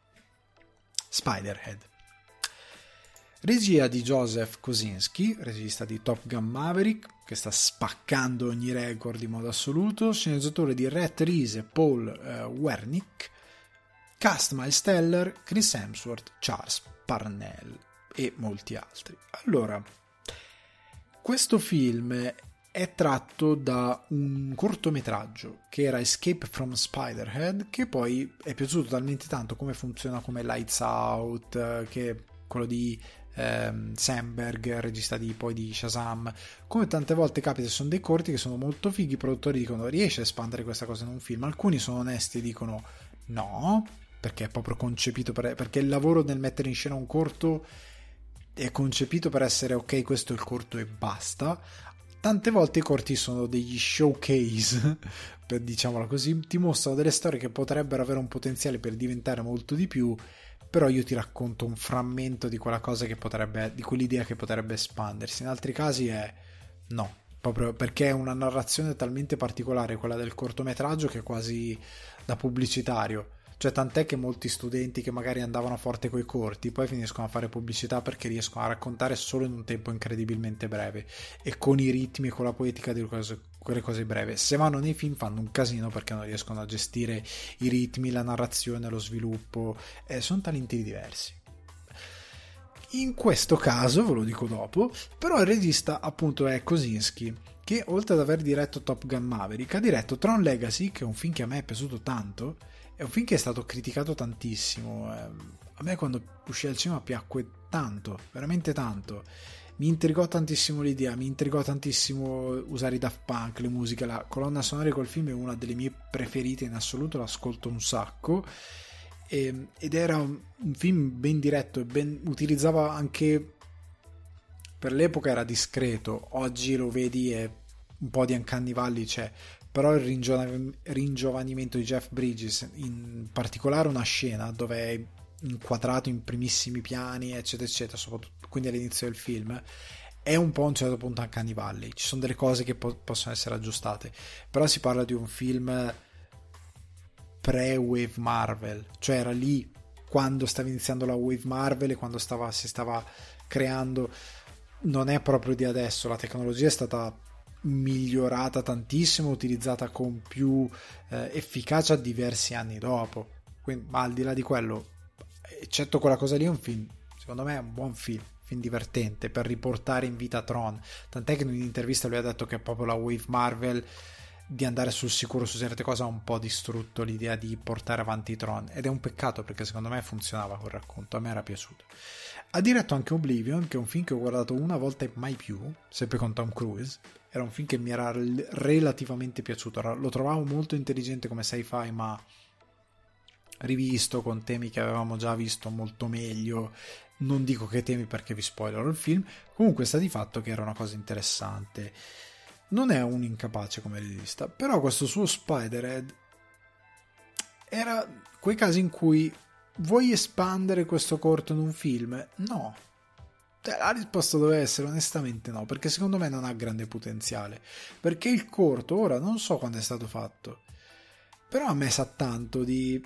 [SPEAKER 1] Spiderhead, regia di Joseph Kosinski, regista di Top Gun Maverick, che sta spaccando ogni record in modo assoluto, sceneggiatore di Rhett Reese e Paul uh, Wernick, cast Miles Teller, Chris Hemsworth, Charles Parnell e molti altri. Allora, questo film è tratto da un cortometraggio che era Escape from Spiderhead, che poi è piaciuto talmente tanto come funziona, come Lights Out, che quello di ehm, Sandberg, regista di, poi di Shazam, come tante volte capita, sono dei corti che sono molto fighi, i produttori dicono riesce a espandere questa cosa in un film, alcuni sono onesti e dicono No, perché è proprio concepito per, perché il lavoro nel mettere in scena un corto è concepito per essere ok, questo è il corto e basta. Tante volte i corti sono degli showcase, per diciamola così, ti mostrano delle storie che potrebbero avere un potenziale per diventare molto di più, però io ti racconto un frammento di quella cosa che potrebbe, di quell'idea che potrebbe espandersi. In altri casi è no, proprio perché è una narrazione talmente particolare quella del cortometraggio che è quasi da pubblicitario. Cioè, tant'è che molti studenti che magari andavano forte coi corti poi finiscono a fare pubblicità perché riescono a raccontare solo in un tempo incredibilmente breve e con i ritmi e con la poetica di cose, quelle cose breve. Se vanno nei film fanno un casino perché non riescono a gestire i ritmi, la narrazione, lo sviluppo, eh, sono talenti diversi. In questo caso, ve lo dico dopo, però il regista appunto è Kosinski, che oltre ad aver diretto Top Gun Maverick ha diretto Tron Legacy, che è un film che a me è piaciuto tanto. È un film che è stato criticato tantissimo. A me quando uscì al cinema piacque tanto, veramente tanto. Mi intrigò tantissimo l'idea, mi intrigò tantissimo usare i Daft Punk, le musiche, la colonna sonora di quel film è una delle mie preferite in assoluto, l'ascolto un sacco. E, ed era un, un film ben diretto e ben, utilizzava anche, per l'epoca era discreto, oggi lo vedi e un po' di Uncanny Valley c'è, però il ringiov- ringiovanimento di Jeff Bridges, in particolare una scena dove è inquadrato in primissimi piani eccetera eccetera, soprattutto quindi all'inizio del film, è un po' a un certo punto Uncanny Valley. Ci sono delle cose che po- possono essere aggiustate, però si parla di un film pre-Wave Marvel, cioè era lì quando stava iniziando la Wave Marvel e quando stava, si stava creando. Non è proprio di adesso, la tecnologia è stata migliorata tantissimo, utilizzata con più eh, efficacia diversi anni dopo. Quindi, ma al di là di quello, eccetto quella cosa lì, è un film, secondo me è un buon film, film divertente per riportare in vita Tron. Tant'è che in un'intervista lui ha detto che proprio la Wave Marvel, di andare sul sicuro su certe cose, ha un po' distrutto l'idea di portare avanti Tron, ed è un peccato perché secondo me funzionava quel racconto, a me era piaciuto. Ha diretto anche Oblivion, che è un film che ho guardato una volta e mai più, sempre con Tom Cruise. Era un film che mi era relativamente piaciuto, lo trovavo molto intelligente come sci-fi, ma rivisto con temi che avevamo già visto molto meglio. Non dico che temi perché vi spoilerò il film, comunque sta di fatto che era una cosa interessante. Non è un incapace come regista, però questo suo Spiderhead era quei casi in cui vuoi espandere questo corto in un film? No. La risposta doveva essere onestamente no, perché secondo me non ha grande potenziale, perché il corto, ora non so quando è stato fatto, però a me sa tanto di...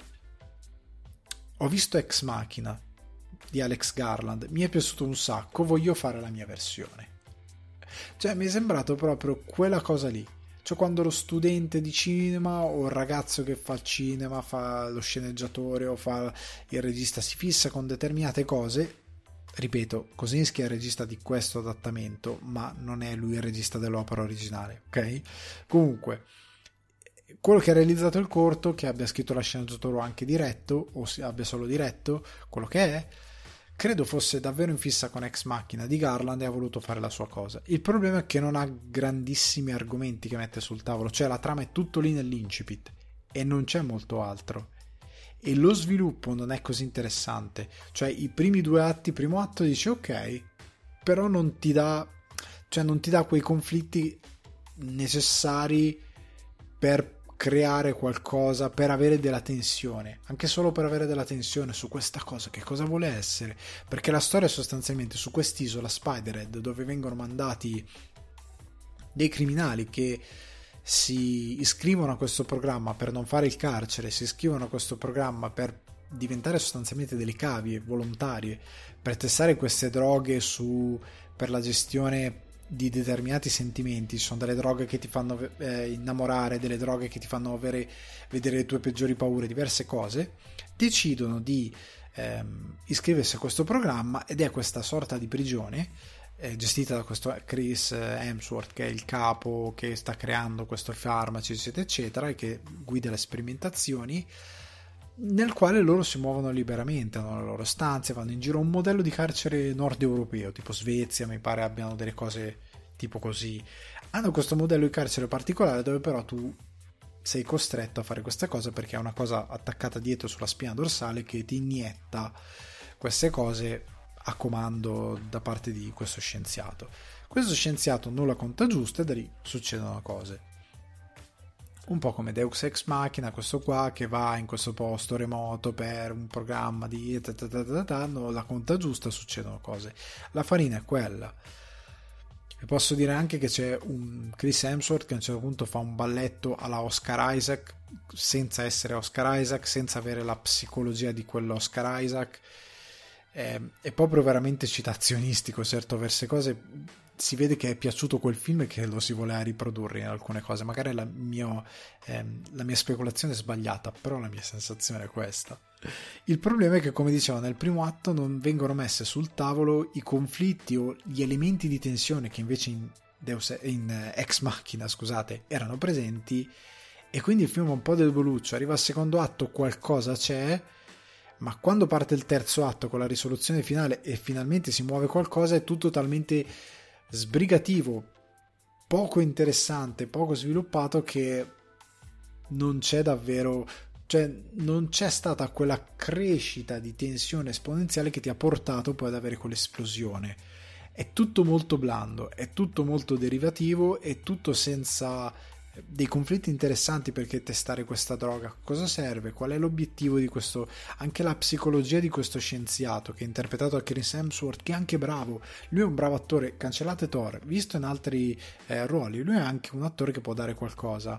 [SPEAKER 1] Ho visto Ex Machina di Alex Garland, mi è piaciuto un sacco, voglio fare la mia versione. Cioè mi è sembrato proprio quella cosa lì, cioè quando lo studente di cinema o il ragazzo che fa il cinema, fa lo sceneggiatore o fa il regista, si fissa con determinate cose. Ripeto, Kosinski è il regista di questo adattamento, ma non è lui il regista dell'opera originale, ok? Comunque, quello che ha realizzato il corto, che abbia scritto la sceneggiatura o anche diretto, o abbia solo diretto, quello che è, credo fosse davvero in fissa con Ex Machina di Garland e ha voluto fare la sua cosa. Il problema è che non ha grandissimi argomenti che mette sul tavolo, cioè la trama è tutto lì nell'incipit e non c'è molto altro. E lo sviluppo non è così interessante, cioè i primi due atti, primo atto dici ok, però non ti dà, cioè non ti dà quei conflitti necessari per creare qualcosa, per avere della tensione, anche solo per avere della tensione su questa cosa, che cosa vuole essere, perché la storia è sostanzialmente su quest'isola Spiderhead dove vengono mandati dei criminali che si iscrivono a questo programma per non fare il carcere, si iscrivono a questo programma per diventare sostanzialmente delle cavie volontarie, per testare queste droghe su, per la gestione di determinati sentimenti. Ci sono delle droghe che ti fanno eh, innamorare, delle droghe che ti fanno avere, vedere le tue peggiori paure, diverse cose. Decidono di ehm, iscriversi a questo programma ed è questa sorta di prigione gestita da questo Chris Hemsworth, che è il capo che sta creando questo farmaci eccetera eccetera e che guida le sperimentazioni, nel quale loro si muovono liberamente, hanno le loro stanze, vanno in giro, un modello di carcere nord europeo tipo Svezia, mi pare abbiano delle cose tipo così. Hanno questo modello di carcere particolare dove però tu sei costretto a fare questa cosa perché è una cosa attaccata dietro sulla spina dorsale che ti inietta queste cose a comando da parte di questo scienziato. Questo scienziato non la conta giusta e da lì succedono cose. Un po' come Deus Ex Machina, questo qua che va in questo posto remoto per un programma di non la conta giusta, succedono cose. La farina è quella. Vi posso dire anche che c'è un Chris Hemsworth che a un certo punto fa un balletto alla Oscar Isaac senza essere Oscar Isaac, senza avere la psicologia di quell'Oscar Isaac. È, è proprio veramente citazionistico certo verso cose. Si vede che è piaciuto quel film e che lo si voleva riprodurre in alcune cose. Magari la, mio, ehm, la mia speculazione è sbagliata, però la mia sensazione è questa. Il problema è che, come dicevo, nel primo atto non vengono messe sul tavolo i conflitti o gli elementi di tensione che invece in, Deus, in Ex Machina, scusate, erano presenti, e quindi il film è un po' deboluccio. Arriva al secondo atto, qualcosa c'è, ma quando parte il terzo atto con la risoluzione finale e finalmente si muove qualcosa, è tutto talmente sbrigativo, poco interessante, poco sviluppato, che non c'è davvero, cioè non c'è stata quella crescita di tensione esponenziale che ti ha portato poi ad avere quell'esplosione. È tutto molto blando, è tutto molto derivativo, è tutto senza dei conflitti interessanti. Perché testare questa droga? Cosa serve? Qual è l'obiettivo di questo? Anche la psicologia di questo scienziato che è interpretato da Chris Hemsworth, che è anche bravo. Lui è un bravo attore. Cancellate Thor, visto in altri eh, ruoli, lui è anche un attore che può dare qualcosa.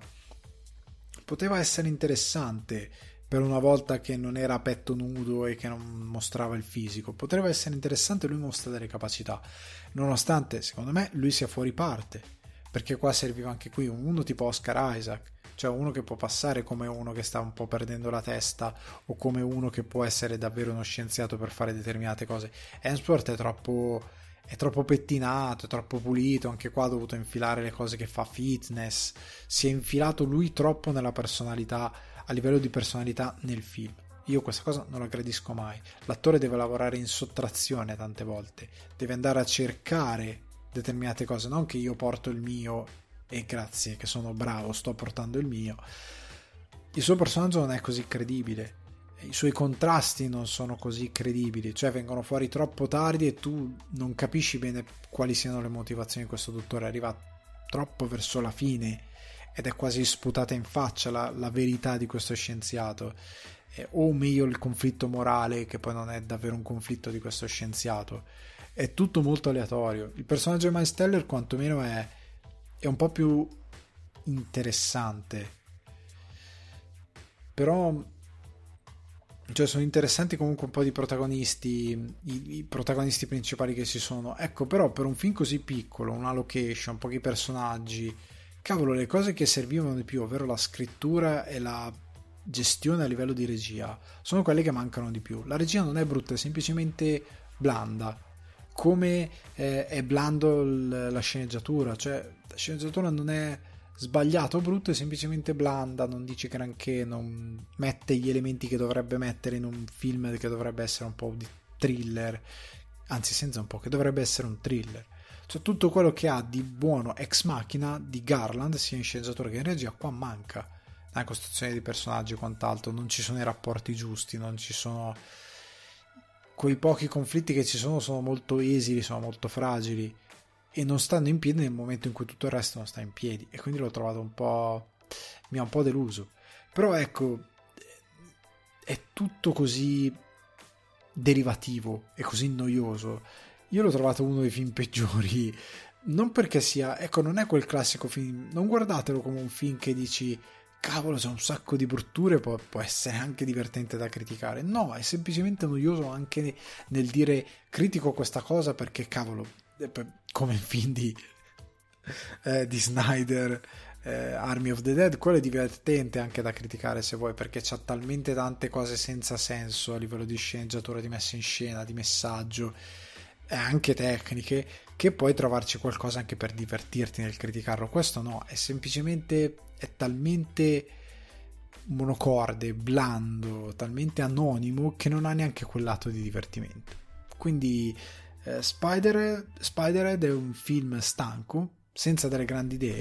[SPEAKER 1] Poteva essere interessante per una volta che non era a petto nudo e che non mostrava il fisico. Poteva essere interessante, lui mostra delle capacità, nonostante secondo me lui sia fuori parte. Perché qua serviva anche qui uno tipo Oscar Isaac, cioè uno che può passare come uno che sta un po' perdendo la testa, o come uno che può essere davvero uno scienziato per fare determinate cose. Hemsworth è troppo è troppo pettinato, è troppo pulito. Anche qua ha dovuto infilare le cose che fa, fitness, si è infilato lui troppo nella personalità, a livello di personalità nel film. Io questa cosa non la gradisco mai. L'attore deve lavorare in sottrazione tante volte, deve andare a cercare determinate cose, non che io porto il mio e grazie che sono bravo sto portando il mio. Il suo personaggio non è così credibile, i suoi contrasti non sono così credibili, cioè vengono fuori troppo tardi e tu non capisci bene quali siano le motivazioni di questo dottore. Arriva troppo verso la fine ed è quasi sputata in faccia la, la verità di questo scienziato, eh, o meglio il conflitto morale, che poi non è davvero un conflitto di questo scienziato. È tutto molto aleatorio. Il personaggio di Miles Teller quantomeno è, è un po' più interessante, però cioè sono interessanti comunque un po' di protagonisti, i, i protagonisti principali che ci sono. Ecco, però per un film così piccolo, una location, pochi personaggi, cavolo, le cose che servivano di più, ovvero la scrittura e la gestione a livello di regia, sono quelle che mancano di più. La regia non è brutta, è semplicemente blanda, come eh, è blando l- la sceneggiatura. Cioè la sceneggiatura non è sbagliata o brutta, è semplicemente blanda, non dice granché, non mette gli elementi che dovrebbe mettere in un film che dovrebbe essere un po' di thriller, anzi senza un po', che dovrebbe essere un thriller. Cioè tutto quello che ha di buono Ex Machina di Garland, sia in sceneggiatura che in regia, qua manca. La costruzione di personaggi e quant'altro, non ci sono i rapporti giusti, non ci sono, quei pochi conflitti che ci sono sono molto esili, sono molto fragili e non stanno in piedi nel momento in cui tutto il resto non sta in piedi, e quindi l'ho trovato un po', mi ha un po' deluso. Però ecco, è tutto così derivativo e così noioso. Io l'ho trovato uno dei film peggiori, non perché sia, ecco, non è quel classico film, non guardatelo come un film che dici cavolo c'è un sacco di brutture, può, può essere anche divertente da criticare. No, è semplicemente noioso anche nel dire critico questa cosa perché cavolo, come il film di, eh, di Snyder, eh, Army of the Dead, quello è divertente anche da criticare se vuoi, perché c'ha talmente tante cose senza senso a livello di sceneggiatura, di messa in scena, di messaggio e anche tecniche, che puoi trovarci qualcosa anche per divertirti nel criticarlo. Questo no, è semplicemente, è talmente monocorde, blando, talmente anonimo che non ha neanche quel lato di divertimento. Quindi eh, Spider, Spiderhead è un film stanco, senza delle grandi idee,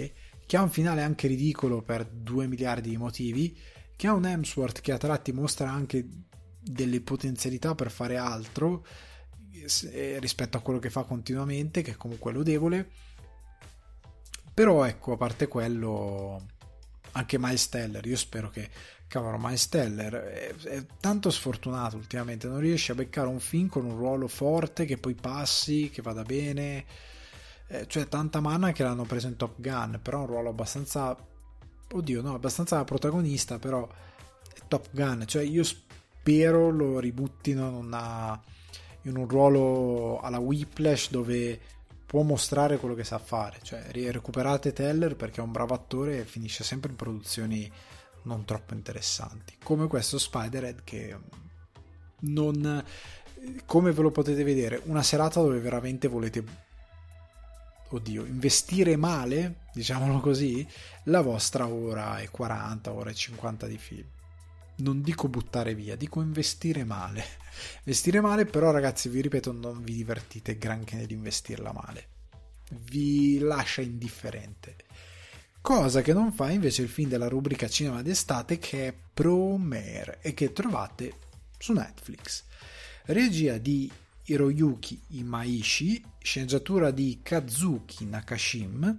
[SPEAKER 1] che ha un finale anche ridicolo per due miliardi di motivi, che ha un Hemsworth che a tratti mostra anche delle potenzialità per fare altro rispetto a quello che fa continuamente, che è comunque lodevole. Però ecco, a parte quello, anche Miles Teller, io spero che, cavolo, Miles Teller è, è tanto sfortunato ultimamente, non riesce a beccare un film con un ruolo forte che poi passi, che vada bene, eh, cioè tanta manna che l'hanno preso in Top Gun, però un ruolo abbastanza, oddio no, abbastanza protagonista, però è Top Gun, cioè io spero lo ributtino in, una, in un ruolo alla Whiplash dove può mostrare quello che sa fare, cioè recuperate Teller perché è un bravo attore e finisce sempre in produzioni non troppo interessanti, come questo Spider-Head, che non, come ve lo potete vedere, una serata dove veramente volete, oddio, investire male, diciamolo così, la vostra ora e quaranta, ora e cinquanta di film. Non dico buttare via, dico investire male. Investire male, però ragazzi, vi ripeto, non vi divertite granché nell'investirla male. Vi lascia indifferente. Cosa che non fa invece il film della rubrica cinema d'estate, che è Promare e che trovate su Netflix. Regia di Hiroyuki Imaishi, sceneggiatura di Kazuki Nakashima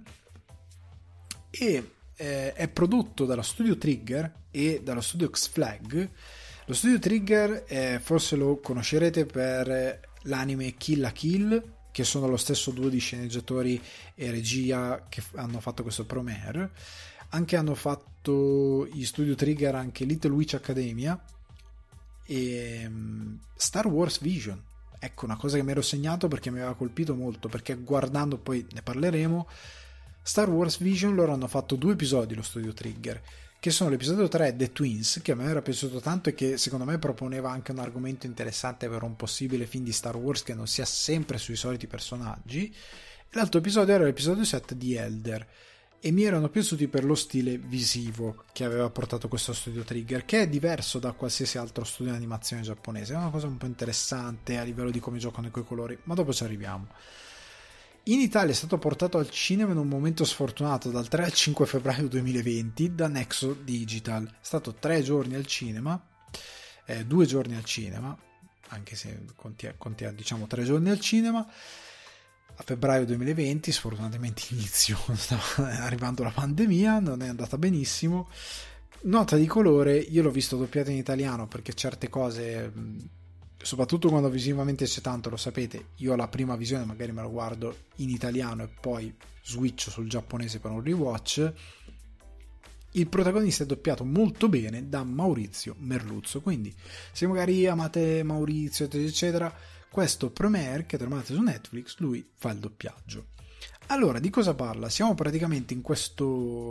[SPEAKER 1] e eh, è prodotto dallo studio Trigger e dallo studio X-Flag. Lo studio Trigger eh, forse lo conoscerete per l'anime Kill la Kill, che sono lo stesso duo di sceneggiatori e regia che hanno fatto questo Promare. Anche hanno fatto gli studio Trigger anche Little Witch Academia e um, Star Wars Vision. Ecco, una cosa che mi ero segnato perché mi aveva colpito molto, perché guardando, poi ne parleremo, Star Wars Vision, loro hanno fatto due episodi, lo studio Trigger, che sono l'episodio tre, The Twins, che a me era piaciuto tanto e che secondo me proponeva anche un argomento interessante per un possibile film di Star Wars che non sia sempre sui soliti personaggi, e l'altro episodio era l'episodio sette di Elder, e mi erano piaciuti per lo stile visivo che aveva portato questo studio Trigger, che è diverso da qualsiasi altro studio di animazione giapponese. È una cosa un po' interessante a livello di come giocano coi colori, ma dopo ci arriviamo. In Italia è stato portato al cinema in un momento sfortunato, dal tre al cinque febbraio duemilaventi, da Nexo Digital. È stato tre giorni al cinema, eh, due giorni al cinema, anche se conti, conti, diciamo tre giorni al cinema, a febbraio duemilaventi. Sfortunatamente inizio, stava arrivando la pandemia, non è andata benissimo. Nota di colore, io l'ho visto doppiato in italiano perché certe cose, soprattutto quando visivamente c'è tanto, lo sapete, io la prima visione magari me lo guardo in italiano e poi switcho sul giapponese per un rewatch. Il protagonista è doppiato molto bene da Maurizio Merluzzo, quindi se magari amate Maurizio eccetera eccetera, questo Promare che trovate su Netflix, lui fa il doppiaggio. Allora, di cosa parla? Siamo praticamente in questo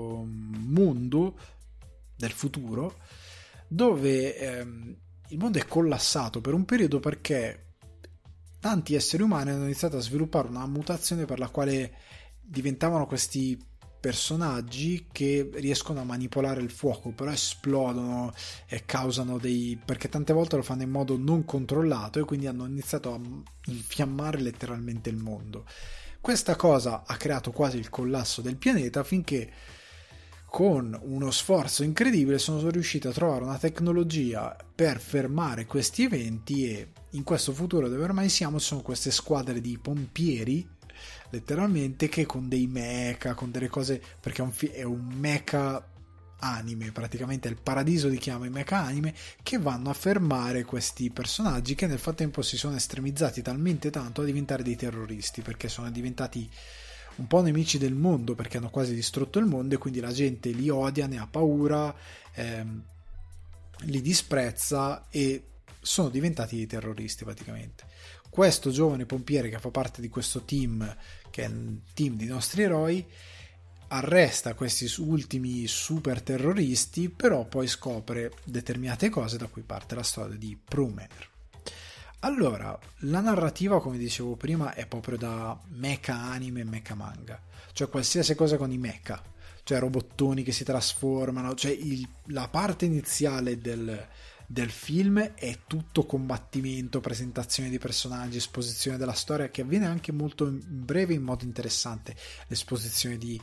[SPEAKER 1] mondo del futuro dove ehm, il mondo è collassato per un periodo perché tanti esseri umani hanno iniziato a sviluppare una mutazione per la quale diventavano questi personaggi che riescono a manipolare il fuoco, però esplodono e causano dei, perché tante volte lo fanno in modo non controllato e quindi hanno iniziato a infiammare letteralmente il mondo. Questa cosa ha creato quasi il collasso del pianeta, finché con uno sforzo incredibile sono riusciti a trovare una tecnologia per fermare questi eventi, e in questo futuro dove ormai siamo ci sono queste squadre di pompieri letteralmente che con dei mecha, con delle cose, perché è un, fi- è un mecha anime, praticamente è il paradiso di chi ama i mecha anime, che vanno a fermare questi personaggi che nel frattempo si sono estremizzati talmente tanto da diventare dei terroristi, perché sono diventati un po' nemici del mondo, perché hanno quasi distrutto il mondo e quindi la gente li odia, ne ha paura, ehm, li disprezza e sono diventati dei terroristi praticamente. Questo giovane pompiere che fa parte di questo team, che è il team dei nostri eroi, arresta questi ultimi super terroristi, però poi scopre determinate cose da cui parte la storia di Promare. Allora, la narrativa, come dicevo prima, è proprio da mecha anime e mecha manga, cioè qualsiasi cosa con i mecha, cioè robottoni che si trasformano, cioè il, la parte iniziale del del film è tutto combattimento, presentazione di personaggi, esposizione della storia, che avviene anche molto in breve in modo interessante. L'esposizione di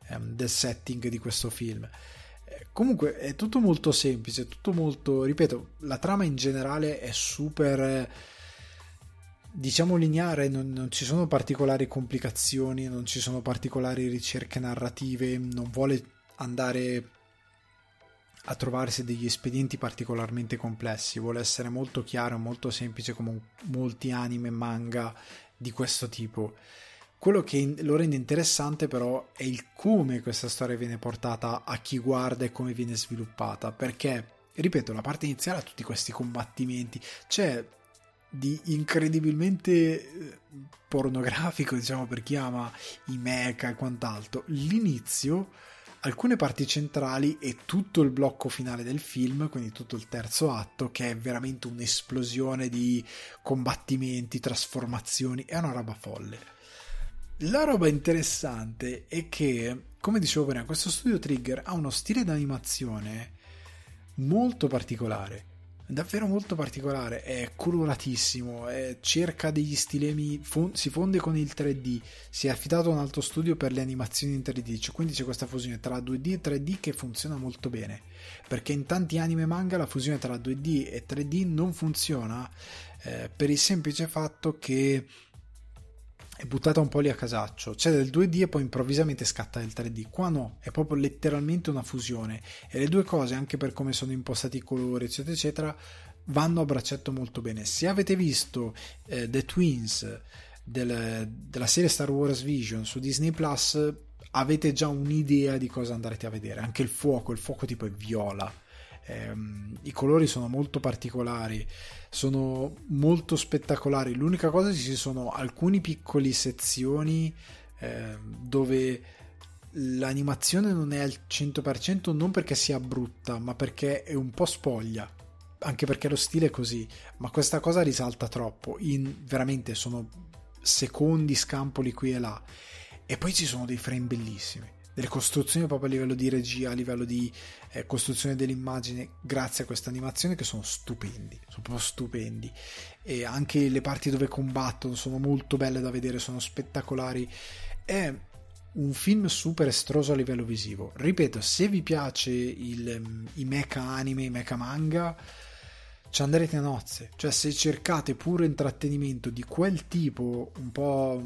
[SPEAKER 1] ehm, del setting di questo film. Eh, comunque è tutto molto semplice, tutto molto, ripeto, la trama in generale è super, eh, diciamo, lineare, non, non ci sono particolari complicazioni, non ci sono particolari ricerche narrative, non vuole andare a trovarsi degli espedienti particolarmente complessi, vuole essere molto chiaro, molto semplice come molti anime e manga di questo tipo. Quello che lo rende interessante però è il come questa storia viene portata a chi guarda e come viene sviluppata, perché, ripeto, la parte iniziale ha tutti questi combattimenti, c'è di incredibilmente pornografico, diciamo, per chi ama i mecha e quant'altro. L'inizio, alcune parti centrali e tutto il blocco finale del film, quindi tutto il terzo atto, che è veramente un'esplosione di combattimenti, trasformazioni, è una roba folle. La roba interessante è che, come dicevo prima, questo studio Trigger ha uno stile d'animazione molto particolare, davvero molto particolare, è coloratissimo, è, cerca degli stilemi, fon- si fonde con il tre D, si è affidato a un altro studio per le animazioni in tre D, cioè, quindi c'è questa fusione tra due D e tre D che funziona molto bene, perché in tanti anime e manga la fusione tra due D e tre D non funziona, eh, per il semplice fatto che è buttata un po' lì a casaccio, c'è del due D e poi improvvisamente scatta il tre D. Qua no, è proprio letteralmente una fusione, e le due cose, anche per come sono impostati i colori eccetera eccetera, vanno a braccetto molto bene. Se avete visto eh, The Twins del, della serie Star Wars Vision su Disney Plus, avete già un'idea di cosa andrete a vedere. Anche il fuoco, il fuoco tipo è viola, ehm, i colori sono molto particolari, sono molto spettacolari. L'unica cosa, ci sono alcune piccole sezioni eh, dove l'animazione non è al cento per cento, non perché sia brutta, ma perché è un po' spoglia, anche perché lo stile è così, ma questa cosa risalta troppo, in veramente sono secondi scampoli qui e là. E poi ci sono dei frame bellissimi, delle costruzioni proprio a livello di regia, a livello di eh, costruzione dell'immagine, grazie a questa animazione, che sono stupendi, sono proprio stupendi. E anche le parti dove combattono sono molto belle da vedere, sono spettacolari. È un film super estroso a livello visivo. Ripeto, se vi piace il, i mecha anime, i mecha manga, ci andrete a nozze. Cioè, se cercate puro intrattenimento di quel tipo, un po'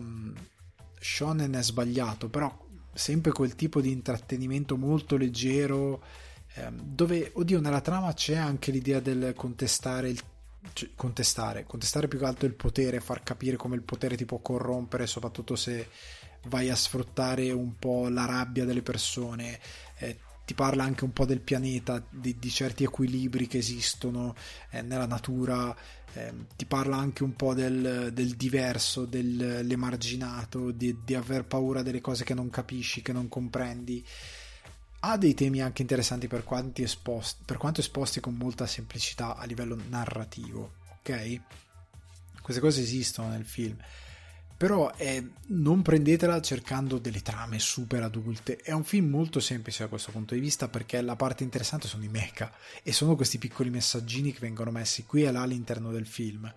[SPEAKER 1] shonen è sbagliato, però sempre quel tipo di intrattenimento molto leggero, ehm, dove, oddio, nella trama c'è anche l'idea del contestare il cioè, contestare contestare più che altro il potere, far capire come il potere ti può corrompere, soprattutto se vai a sfruttare un po' la rabbia delle persone. Eh, ti parla anche un po' del pianeta, di, di certi equilibri che esistono eh, nella natura, eh, ti parla anche un po' del, del diverso, dell'emarginato, di, di aver paura delle cose che non capisci, che non comprendi. Ha dei temi anche interessanti per, quanti esposti, per quanto esposti con molta semplicità a livello narrativo, ok? Queste cose esistono nel film, però è, non prendetela cercando delle trame super adulte. È un film molto semplice da questo punto di vista, perché la parte interessante sono i mecha e sono questi piccoli messaggini che vengono messi qui e là all'interno del film,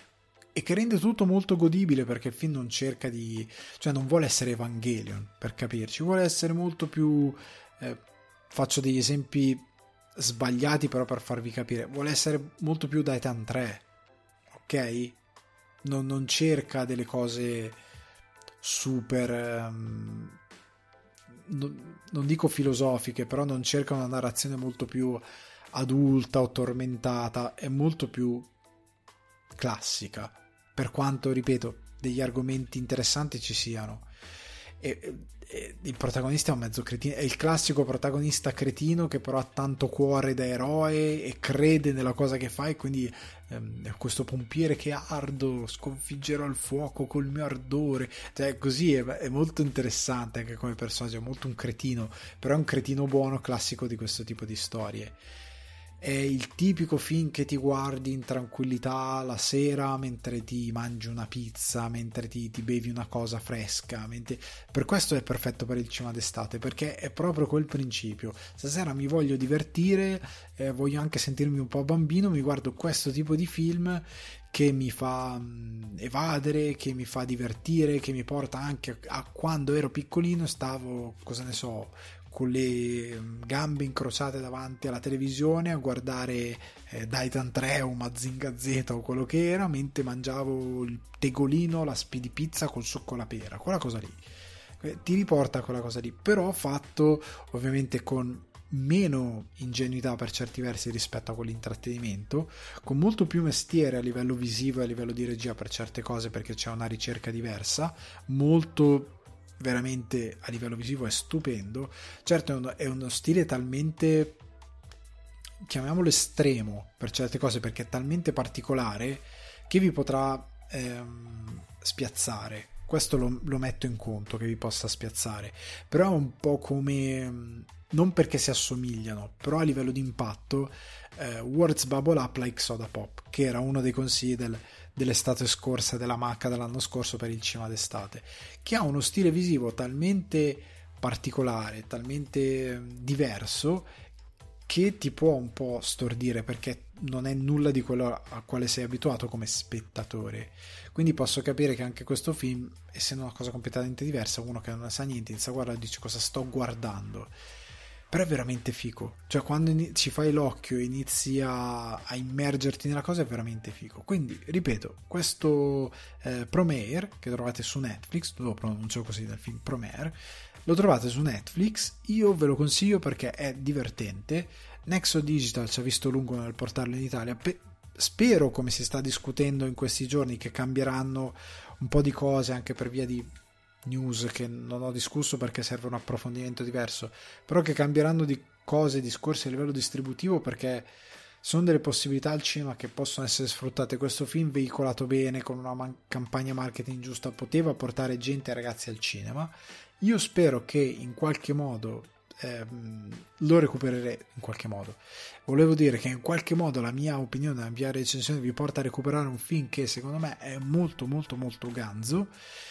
[SPEAKER 1] e che rende tutto molto godibile, perché il film non cerca di, cioè non vuole essere Evangelion, per capirci, vuole essere molto più eh, faccio degli esempi sbagliati però per farvi capire, vuole essere molto più Daitan tre, ok? Non, non cerca delle cose super um, non, non dico filosofiche, però non cerca una narrazione molto più adulta o tormentata, è molto più classica, per quanto, ripeto, degli argomenti interessanti ci siano. E, e il protagonista è un mezzo cretino, è il classico protagonista cretino che però ha tanto cuore da eroe e crede nella cosa che fa, e quindi ehm, questo pompiere che ardo, sconfiggerò il fuoco col mio ardore, cioè così è, è molto interessante anche come personaggio, è molto un cretino, però è un cretino buono, classico di questo tipo di storie. è il tipico film che ti guardi in tranquillità la sera mentre ti mangi una pizza, mentre ti, ti bevi una cosa fresca, mentre... per questo è perfetto per il cinema d'estate, perché è proprio quel principio: stasera mi voglio divertire, eh, voglio anche sentirmi un po' bambino, mi guardo questo tipo di film che mi fa mh, evadere, che mi fa divertire, che mi porta anche a, a quando ero piccolino, stavo, cosa ne so, con le gambe incrociate davanti alla televisione a guardare eh, Daitan tre o Mazinga Z o quello che era, mentre mangiavo il tegolino, la speedy pizza col succo alla pera, quella cosa lì eh, ti riporta a quella cosa lì, però fatto ovviamente con meno ingenuità per certi versi rispetto a quell'intrattenimento, con molto più mestiere a livello visivo e a livello di regia per certe cose, perché c'è una ricerca diversa, molto veramente a livello visivo è stupendo. Certo è uno, è uno stile talmente, chiamiamolo estremo per certe cose, perché è talmente particolare che vi potrà ehm, spiazzare. Questo lo, lo metto in conto, che vi possa spiazzare, però è un po' come, non perché si assomigliano, però a livello di impatto, eh, Words Bubble Up Like Soda Pop, che era uno dei consigli del, dell'estate scorsa, della Macca dell'anno scorso per il cinema d'estate, che ha uno stile visivo talmente particolare, talmente diverso, che ti può un po' stordire, perché non è nulla di quello a quale sei abituato come spettatore. Quindi posso capire che anche questo film, essendo una cosa completamente diversa, uno che non sa niente inizia a guardare e dice: cosa sto guardando? Però è veramente figo, cioè quando ci fai l'occhio e inizi a, a immergerti nella cosa è veramente figo. Quindi ripeto, questo eh, Promare, che trovate su Netflix, lo pronuncio così dal film Promare, lo trovate su Netflix, io ve lo consiglio perché è divertente. Nexo Digital ci ha visto lungo nel portarlo in Italia, Pe- spero, come si sta discutendo in questi giorni, che cambieranno un po' di cose anche per via di news che non ho discusso perché serve un approfondimento diverso, però che cambieranno di cose, discorsi a livello distributivo, perché sono delle possibilità al cinema che possono essere sfruttate. Questo film veicolato bene con una man- campagna marketing giusta poteva portare gente e ragazzi al cinema. Io spero che in qualche modo ehm, lo recupererei, in qualche modo volevo dire che in qualche modo la mia opinione, la mia recensione vi porta a recuperare un film che secondo me è molto molto molto ganzo.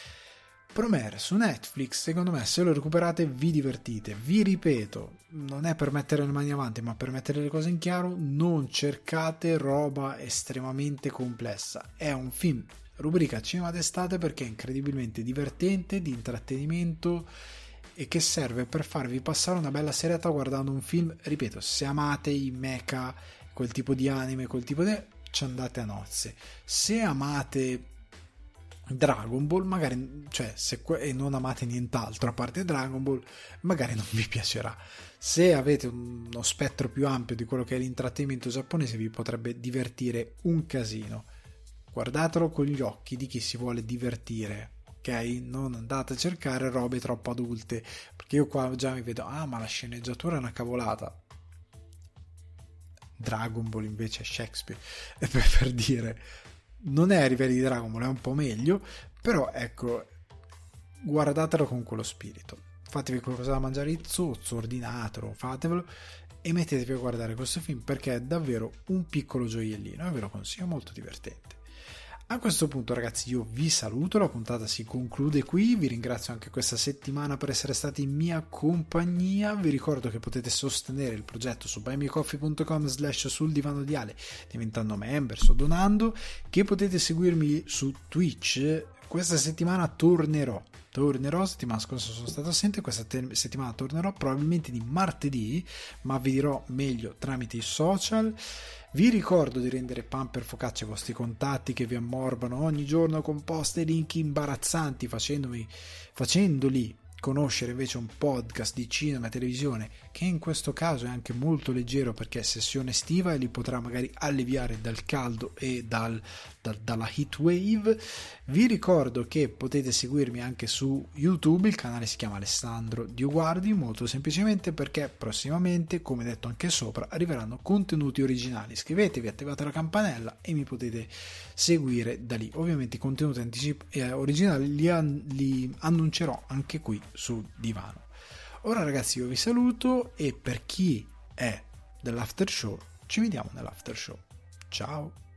[SPEAKER 1] Promare su Netflix, secondo me se lo recuperate vi divertite. Vi ripeto, non è per mettere le mani avanti, ma per mettere le cose in chiaro: non cercate roba estremamente complessa. È un film rubrica cinema d'estate perché è incredibilmente divertente, di intrattenimento, e che serve per farvi passare una bella serata guardando un film. Ripeto, se amate i mecha, quel tipo di anime, quel tipo di... ci andate a nozze. Se amate Dragon Ball, magari, cioè, se e non amate nient'altro a parte Dragon Ball, magari non vi piacerà. Se avete uno spettro più ampio di quello che è l'intrattenimento giapponese, vi potrebbe divertire un casino. Guardatelo con gli occhi di chi si vuole divertire, ok? Non andate a cercare robe troppo adulte, perché io qua già mi vedo: ah, ma la sceneggiatura è una cavolata. Dragon Ball invece è Shakespeare, e per, per dire, non è a livelli di Dragon Ball, è un po' meglio, però ecco, guardatelo con quello spirito. Fatevi qualcosa da mangiare di zozzo, ordinatelo, fatevelo e mettetevi a guardare questo film, perché è davvero un piccolo gioiellino e ve lo consiglio, molto divertente. A questo punto, ragazzi, io vi saluto, la puntata si conclude qui, vi ringrazio anche questa settimana per essere stati in mia compagnia. Vi ricordo che potete sostenere il progetto su buymeacoffee.com slash sul divano di Ale, diventando members o donando, che potete seguirmi su Twitch. Questa settimana tornerò tornerò, settimana scorsa sono stato assente, questa te- settimana tornerò probabilmente di martedì, ma vi dirò meglio tramite i social. Vi ricordo di rendere pan per focaccia i vostri contatti che vi ammorbano ogni giorno con post e link imbarazzanti, facendovi, facendoli conoscere invece un podcast di cinema e televisione, che in questo caso è anche molto leggero perché è sessione estiva e li potrà magari alleviare dal caldo e dal, dal, dalla heat wave. Vi ricordo che potete seguirmi anche su YouTube, il canale si chiama Alessandro Dioguardi, molto semplicemente perché prossimamente, come detto anche sopra, arriveranno contenuti originali. Iscrivetevi, attivate la campanella e mi potete seguire da lì. Ovviamente i contenuti anticip- eh, originali li, an- li annuncerò anche qui sul divano. Ora, ragazzi, io vi saluto e per chi è dell'after show Ci vediamo nell'after show. Ciao!